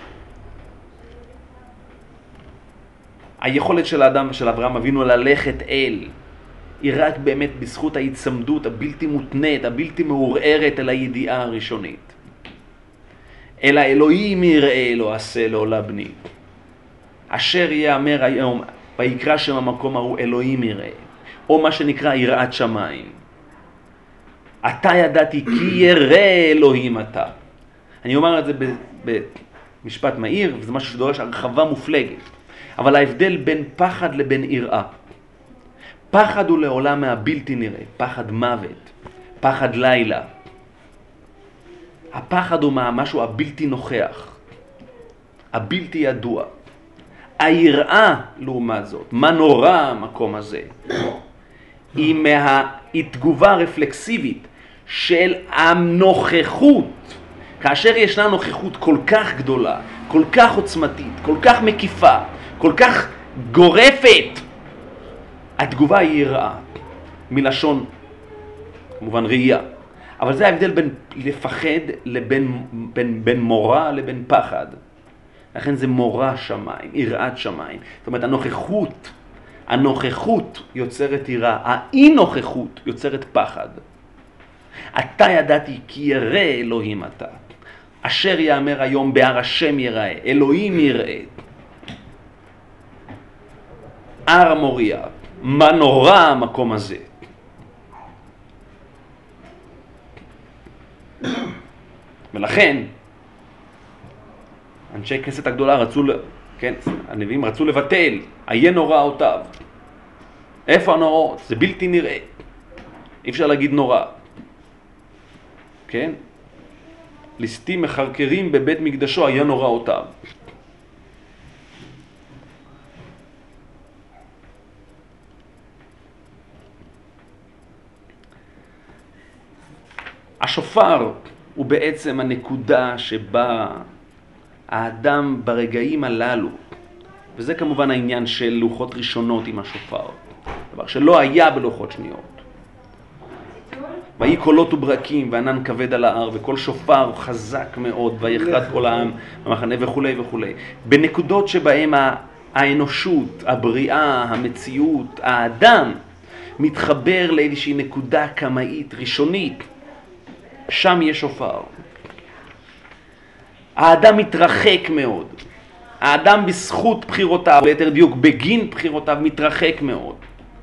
היכולת של האדם, של אברהם אבינו ללכת אל, היא רק באמת בזכות ההצמדות הבלתי מותנית, הבלתי מעורערת אל הידיעה הראשונית. אל האלוהים יראה לא עשה לו לבני. אשר יאמר היום, ויקרא שם המקום ההוא אלוהים יראה, או מה שנקרא יראת שמיים. אתה ידעתי כי ירא אלוהים אתה. אני אומר את זה במשפט מהיר, וזה משהו שדורש הרחבה מופלגת. אבל ההבדל בין פחד לבין יראה. פחד הוא לעולם מהבלתי נראה, פחד מוות, פחד לילה. הפחד הוא משהו הבלתי נוכח, הבלתי ידוע. היראה לעומת זאת, מה נורא המקום הזה, היא תגובה רפלקסיבית של הנוכחות. כאשר ישנה נוכחות כל כך גדולה, כל כך עוצמתית, כל כך מקיפה, כל כך גורפת, התגובה היא יראה, מלשון כמובן ראייה. אבל זה ההבדל בין לפחד בין מורא לבין פחד. לכן זה מורא שמיים, יראת שמיים. זאת אומרת, הנוכחות יוצרת יראה, האי נוכחות יוצרת פחד. אתה ידעתי כי ירא אלוהים אתה. אשר יאמר היום בהר השם יראה, אלוהים יראה. הר המוריה, מה נורא המקום הזה. ולכן, אנשי כנסת הגדולה כן, הנביאים רצו לבטל, היה נוראותיו. איפה הנוראות? זה בלתי נראה. אי אפשר להגיד נורא. כן? ליסטים מחרקרים בבית מקדשו, היה נוראותיו. השופר הוא בעצם הנקודה שבה האדם ברגעים הללו, וזה כמובן העניין של לוחות ראשונות עם השופר, דבר שלא היה בלוחות שניות. ויהי קולות וברקים וענן כבד על ההר, וכל שופר חזק מאוד, ויחרד כל העם במחנה וכו' וכו'. בנקודות שבהם האנושות, הבריאה, המציאות, האדם, מתחבר לאיזושהי נקודה קמאית ראשונית, שם יש שופר. האדם מתרחק מאוד. האדם בזכות בחירותיו, ליתר דיוק בגין בחירותיו, מתרחק מאוד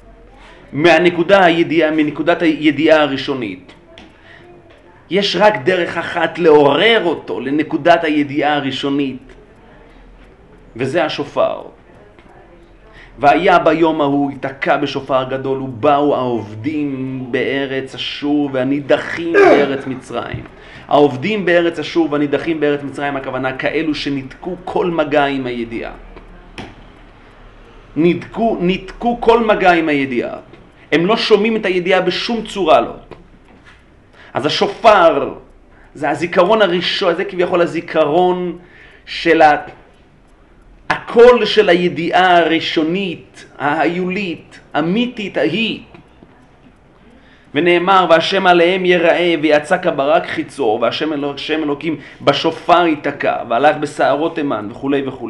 מנקודת הידיעה הראשונית. יש רק דרך אחת לעורר אותו לנקודת הידיעה הראשונית, וזה השופר. והיה ביום ההוא יתקע בשופר גדול, ובאו העובדים בארץ אשור והנידחים בארץ מצרים. העובדים בארץ אשור והנידחים בארץ מצרים, הכוונה כאלו שניתקו כל מגע עם הידיעה. ניתקו כל מגע עם הידיעה. הם לא שומעים את הידיעה בשום צורה לא. אז השופר, זה הזיכרון הראשון, זה כביכול הזיכרון של הקול של הידיעה הראשונית, ההיולית, אמיתית, ההיא. ונאמר, והשם עליהם יראה, ויצא כברק חיצו, והשם אלוקים בשופר ייתקע, והלך בסערות תימן, וכו' וכו'.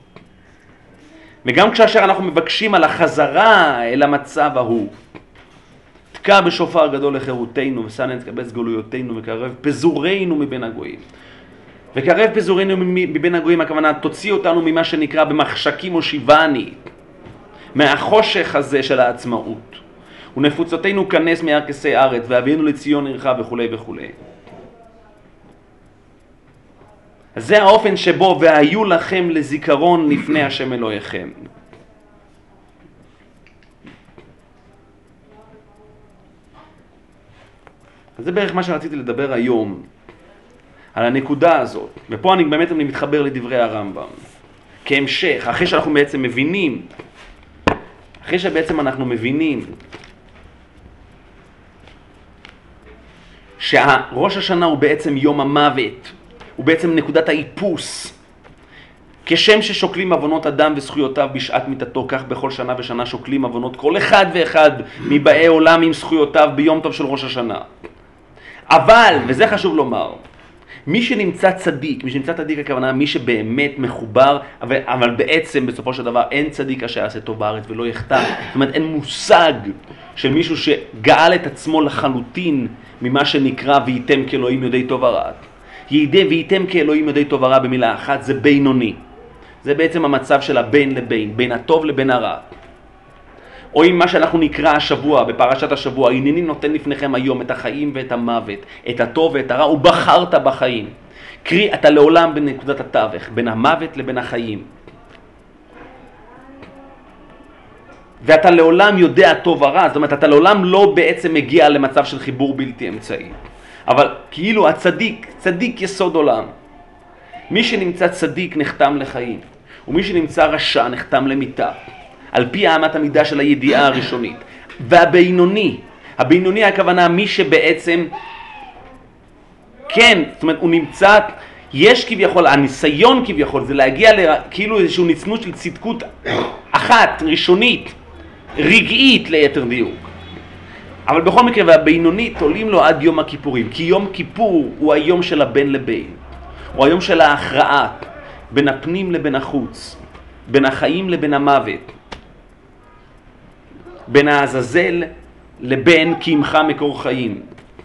וגם כאשר אנחנו מבקשים על החזרה אל המצב ההוא, תקע בשופר גדול לחירותנו, ושא נתקבץ גלויותינו, וקרב פזורינו מבין הגויים. וקרב פזורינו מבין הגויים, הכוונה, תוציא אותנו ממה שנקרא במחשכים או שיבני, מהחושך הזה של העצמאות. ונפוצותינו כנס מירכסי ארץ, והביאנו לציון עירך וכו' וכו'. זה האופן שבו והיו לכם לזיכרון לפני השם אלוהיכם. אז זה בערך מה שרציתי לדבר היום. על הנקודה הזאת, ופה אני באמת מתחבר לדברי הרמב"ם, כהמשך, אחרי שאנחנו בעצם מבינים, שהראש השנה הוא בעצם יום המוות, הוא בעצם נקודת האיפוס. כשם ששוקלים עוונות אדם וזכויותיו בשעת מיתתו, כך בכל שנה ושנה שוקלים עוונות כל אחד ואחד מבאי עולם עם זכויותיו ביום טוב של ראש השנה. אבל, וזה חשוב לומר, מי שנמצא צדיק הכוונה מי שבאמת מחובר, אבל בעצם בסופו של דבר אין צדיק אשר יעשה טוב בארץ ולא יחטא. זאת אומרת, אין מושג של מישהו שגאל את עצמו לחלוטין ממה שנקרא וייתם כאלוהים יודעי טוב ורע. וייתם כאלוהים יודעי טוב ורע במילה אחת זה בינוני. זה בעצם המצב של הבין לבין, בין הטוב לבין הרע. או אם מה שאנחנו נקרא השבוע, בפרשת השבוע, הנני נותן לפניכם היום את החיים ואת המוות, את הטוב ואת הרע, ובחרת בחיים. קרי, אתה לעולם בנקודת התווך, בין המוות לבין החיים. ואתה לעולם יודע טוב ורע, זאת אומרת, אתה לעולם לא בעצם מגיע למצב של חיבור בלתי אמצעי. אבל כאילו הצדיק, צדיק יסוד עולם. מי שנמצא צדיק נחתם לחיים, ומי שנמצא רשע נחתם למיתה. על פי האמת המידה של הידיעה הראשונית. והבינוני, הבינוני הכוונה מי שבעצם, כן, זאת אומרת הוא נמצא, יש כביכול, הניסיון כביכול זה להגיע כאילו איזשהו ניצנות של צדקות אחת, ראשונית, רגעית ליתר דיוק. אבל בכל מקרה, והבינוני תולים לו עד יום הכיפורים, כי יום כיפור הוא היום של הבין לבין, הוא היום של ההכרעה, בין הפנים לבין החוץ, בין החיים לבין המוות, בין העזאזל לבין כי עמך מקור חיים.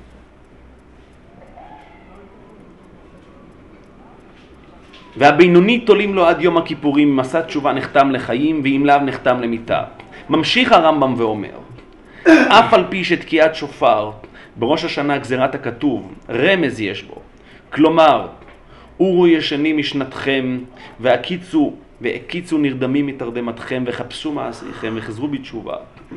והבינוני תולים לו עד יום הכיפורים, מסע תשובה נחתם לחיים ואם לאו נחתם למיתה. ממשיך הרמב"ם ואומר, אף על פי שתקיעת שופר בראש השנה גזירת הכתוב, רמז יש בו. כלומר, אורו ישנים משנתכם והקיצו נרדמים מתרדמתכם וחפשו מעשיכם וחזרו בתשובה.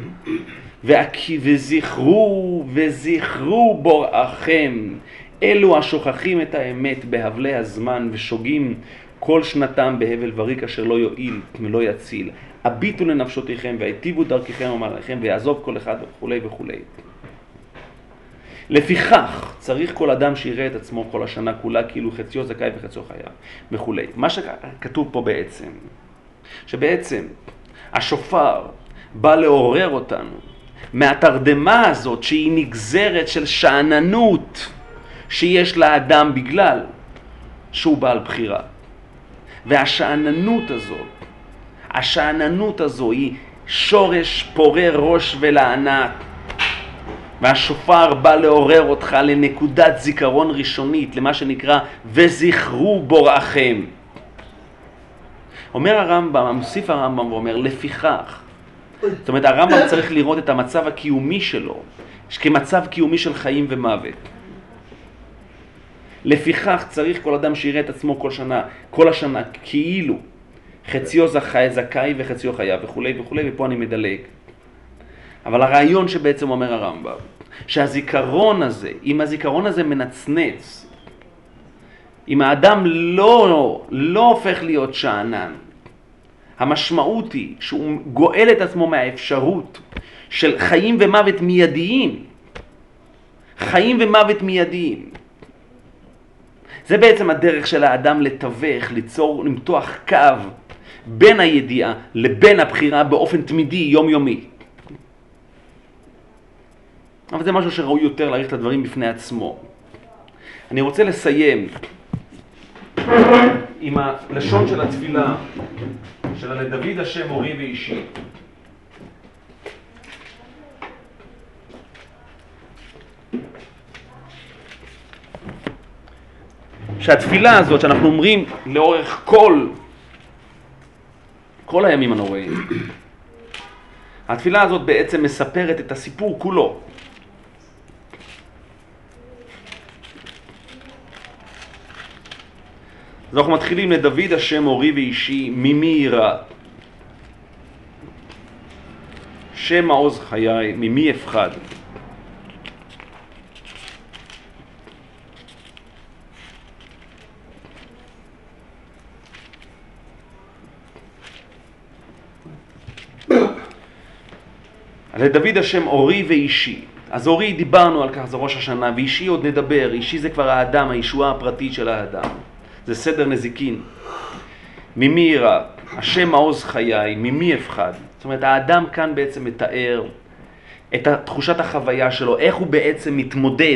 וזכרו בוראכם, אלו השוכחים את האמת בהבלי הזמן ושוגים כל שנתם בהבל וריק אשר לא יועיל ולא יציל. הביטו לנפשותיכם והיטיבו דרככם ומעליכם ויעזוב כל אחד וכו' וכו'. לפיכך צריך כל אדם שיראה את עצמו כל השנה כולה כאילו חציו זכאי וחציו חייב וכו'. מה שכתוב פה בעצם, שבעצם השופר בא לעורר אותנו מהתרדמה הזאת שהיא נגזרת של שאננות שיש לאדם בגלל שהוא בעל בחירה. והשאננות הזו היא שורש פורר ראש ולענת. והשופר בא לעורר אותך לנקודת זיכרון ראשונית, למה שנקרא וזכרו בוראכם. אומר הרמב"ם, מוסיף הרמב"ם ואומר לפיכך. זאת אומרת הרמב"ם צריך לראות את המצב הקיומי שלו כמצב קיומי של חיים ומוות. לפיכך צריך כל אדם שיראה את עצמו כל השנה כאילו חציו זכאי וחציו חייב וכו' וכו', ופה אני מדלג. אבל הרעיון שבעצם אומר הרמב"ם, שהזיכרון הזה, אם הזיכרון הזה מנצנץ, אם האדם לא הופך להיות שאנן, המשמעות היא שהוא גואל את עצמו מהאפשרות של חיים ומוות מיידיים. חיים ומוות מיידיים. זה בעצם הדרך של האדם לתווך, למתוח קו בין הידיעה לבין הבחירה באופן תמידי, יומיומי. אבל זה משהו שראוי יותר להעריך את הדברים בפני עצמו. אני רוצה לסיים עם הלשון של התפילה של לדוד השם אורי ואישי. שהתפילה הזאת שאנחנו אומרים לאורך כל הימים הנוראים, התפילה הזאת בעצם מספרת את הסיפור כולו. אז אנחנו מתחילים לדוד השם אורי ואישי, ממי יירא? שם מעוז חיי, ממי אפחד? לדוד השם אורי ואישי. אז אורי דיברנו על כך, זה ראש השנה, ואישי עוד נדבר. אישי זה כבר האדם, הישועה הפרטית של האדם. זה סדר נזיקין. ממי ירא? השם מעוז חיי, ממי אפחד? זאת אומרת, האדם כאן בעצם מתאר את תחושת החוויה שלו, איך הוא בעצם מתמודד.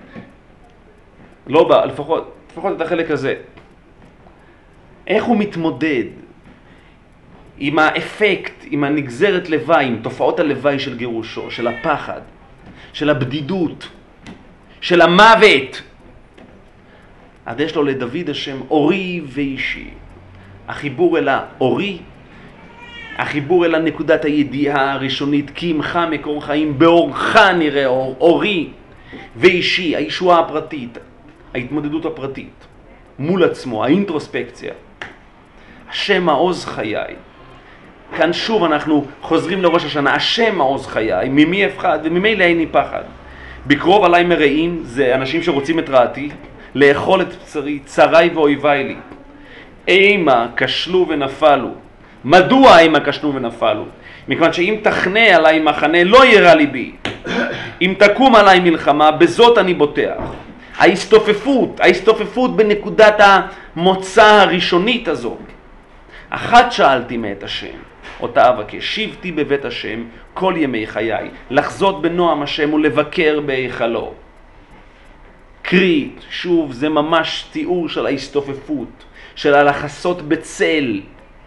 לא בא, לפחות את החלק הזה. איך הוא מתמודד עם האפקט, עם הנגזרת לוואי, עם תופעות הלוואי של גירושו, של הפחד, של הבדידות, של המוות. אז יש לו לדוד השם אורי ואישי. החיבור אל האורי, החיבור אל הנקודת הידיעה הראשונית, כי עמך מקור חיים, באורך נראה אור, אורי ואישי, הישועה הפרטית, ההתמודדות הפרטית, מול עצמו, האינטרוספקציה. השם מעוז חיי. כאן שוב אנחנו חוזרים לראש השנה, השם מעוז חיי, ממי אפחד וממילא איני פחד. בקרוב עליי מרעים, זה אנשים שרוצים את רעתי, לאכול את בשרי, צרי ואויבי לי. אימה כשלו ונפלו. מדוע אימה כשלו ונפלו? מכיוון שאם תכנה עליי מחנה לא ירא ליבי. אם תקום עליי מלחמה, בזאת אני בוטח. ההסתופפות בנקודת המוצא הראשונית הזאת. אחת שאלתי מאת השם, אותה אבקש, שבתי בבית השם כל ימי חיי, לחזות בנועם השם ולבקר בהיכלו. קרי, שוב, זה ממש תיאור של ההסתופפות, של הלחסות בצל.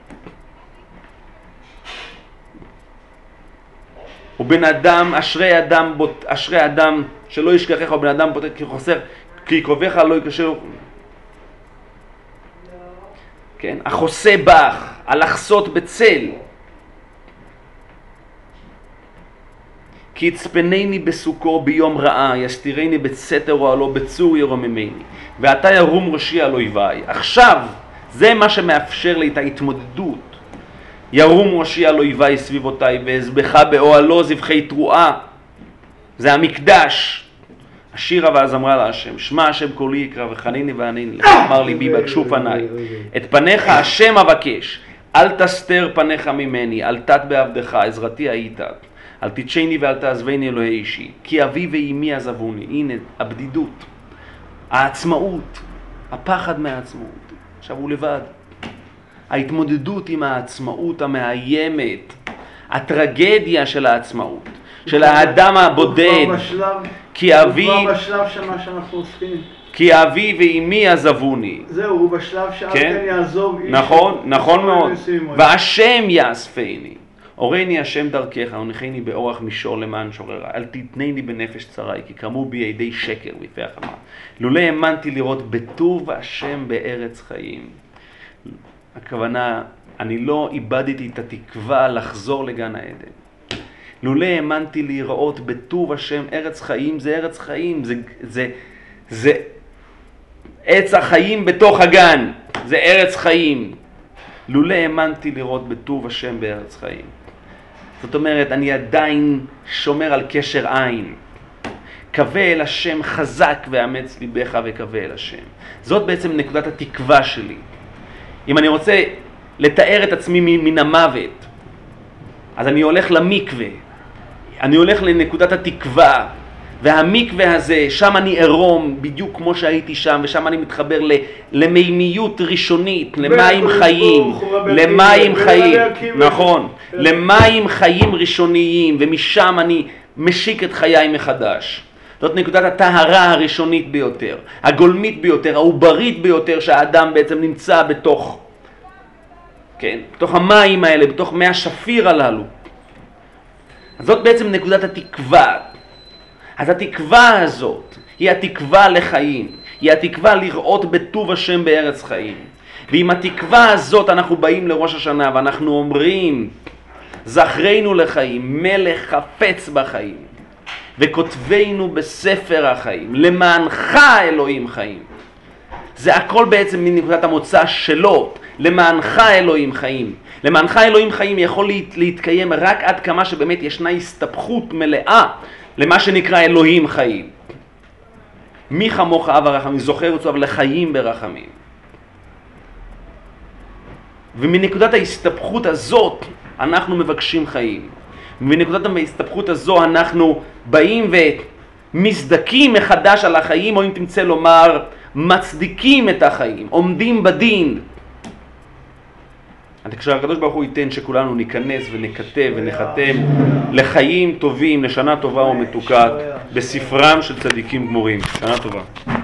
ובן אדם, אשרי אדם שלא ישכחך, ובן אדם בוטט כי חוסר, כי קרוביך לא יקשר. כן, החוסה בך, הלחסות בצל. כי יצפנני בסוכו ביום רעה, יסתירני בצתר אוהלו, בצור ירוממני. ואתה ירום ראשי על אויביי. עכשיו, זה מה שמאפשר לי את ההתמודדות. ירום ראשי על אויביי סביבותיי, ואזבחה באוהלו זבחי תרועה. זה המקדש. השירה והזמרה להשם, שמע השם קולי יקרא וחניני וענני לך, אמר ליבי בקשו פניי. את פניך השם אבקש, אל תסתר פניך ממני, אל תת בעבדך, עזרתי היית. אל תתשני ואל תעזבני אלוהי אישי, כי אבי ואימי עזבוני. הנה הבדידות, העצמאות, הפחד מהעצמאות. עכשיו הוא לבד. ההתמודדות עם העצמאות המאיימת, הטרגדיה של העצמאות, של האדם הבודד. כי אבי, הוא כבר בשלב של מה שאנחנו עושים. כי אבי ואימי עזבוני. זהו, הוא בשלב שאל כן יעזוב איש. נכון מאוד. והשם יאספני. אורני השם דרכך, הונחני באורח מישור למען שוררה. אל תתנני בנפש צרי, כי קמו בי ידי שקר ויפי החמה. לולא האמנתי לראות בטוב השם בארץ חיים. הכוונה, אני לא איבדתי את התקווה לחזור לגן העדן. לולא האמנתי לראות בטוב השם ארץ חיים, זה ארץ חיים, זה עץ החיים בתוך הגן, זה ארץ חיים. לולא האמנתי לראות בטוב השם בארץ חיים. זאת אומרת, אני עדיין שומר על קשר עין. קווה אל השם חזק ואמץ ליבך וקווה אל השם. זאת בעצם נקודת התקווה שלי. אם אני רוצה לתאר את עצמי מן המוות, אז אני הולך למקווה. אני הולך לנקודת התקווה, והמקווה הזה, שם אני עירום בדיוק כמו שהייתי שם, ושם אני מתחבר למימיות ראשונית, למים חיים, למים חיים, נכון, למים חיים ראשוניים, ומשם אני משיק את חיי מחדש. זאת נקודת הטהרה הראשונית ביותר, הגולמית ביותר, העוברית ביותר שהאדם בעצם נמצא בתוך, כן, בתוך המים האלה, בתוך מי השפיר הללו. אז זאת בעצם נקודת התקווה. אז התקווה הזאת היא התקווה לחיים, היא התקווה לראות בטוב השם בארץ חיים. ועם התקווה הזאת אנחנו באים לראש השנה ואנחנו אומרים, זכרנו לחיים, מלך חפץ בחיים, וכותבנו בספר החיים, למענך אלוהים חיים. זה הכל בעצם מנקודת המוצא שלו, למענך אלוהים חיים. למענך אלוהים חיים יכול להתקיים רק עד כמה שבאמת ישנה הסתפחות מלאה למה שנקרא אלוהים חיים. מי כמוך אב הרחמים, זוכר אותו לחיים ברחמים. ומנקודת ההסתפחות הזאת אנחנו מבקשים חיים. ומנקודת ההסתבכות הזו אנחנו באים ומזדקים מחדש על החיים, או אם תמצא לומר, מצדיקים את החיים, עומדים בדין. כשהקדוש ברוך הוא ייתן שכולנו ניכנס ונכתב ונחתם לחיים טובים, לשנה טובה ומתוקה, בספרם של צדיקים גמורים. שנה טובה.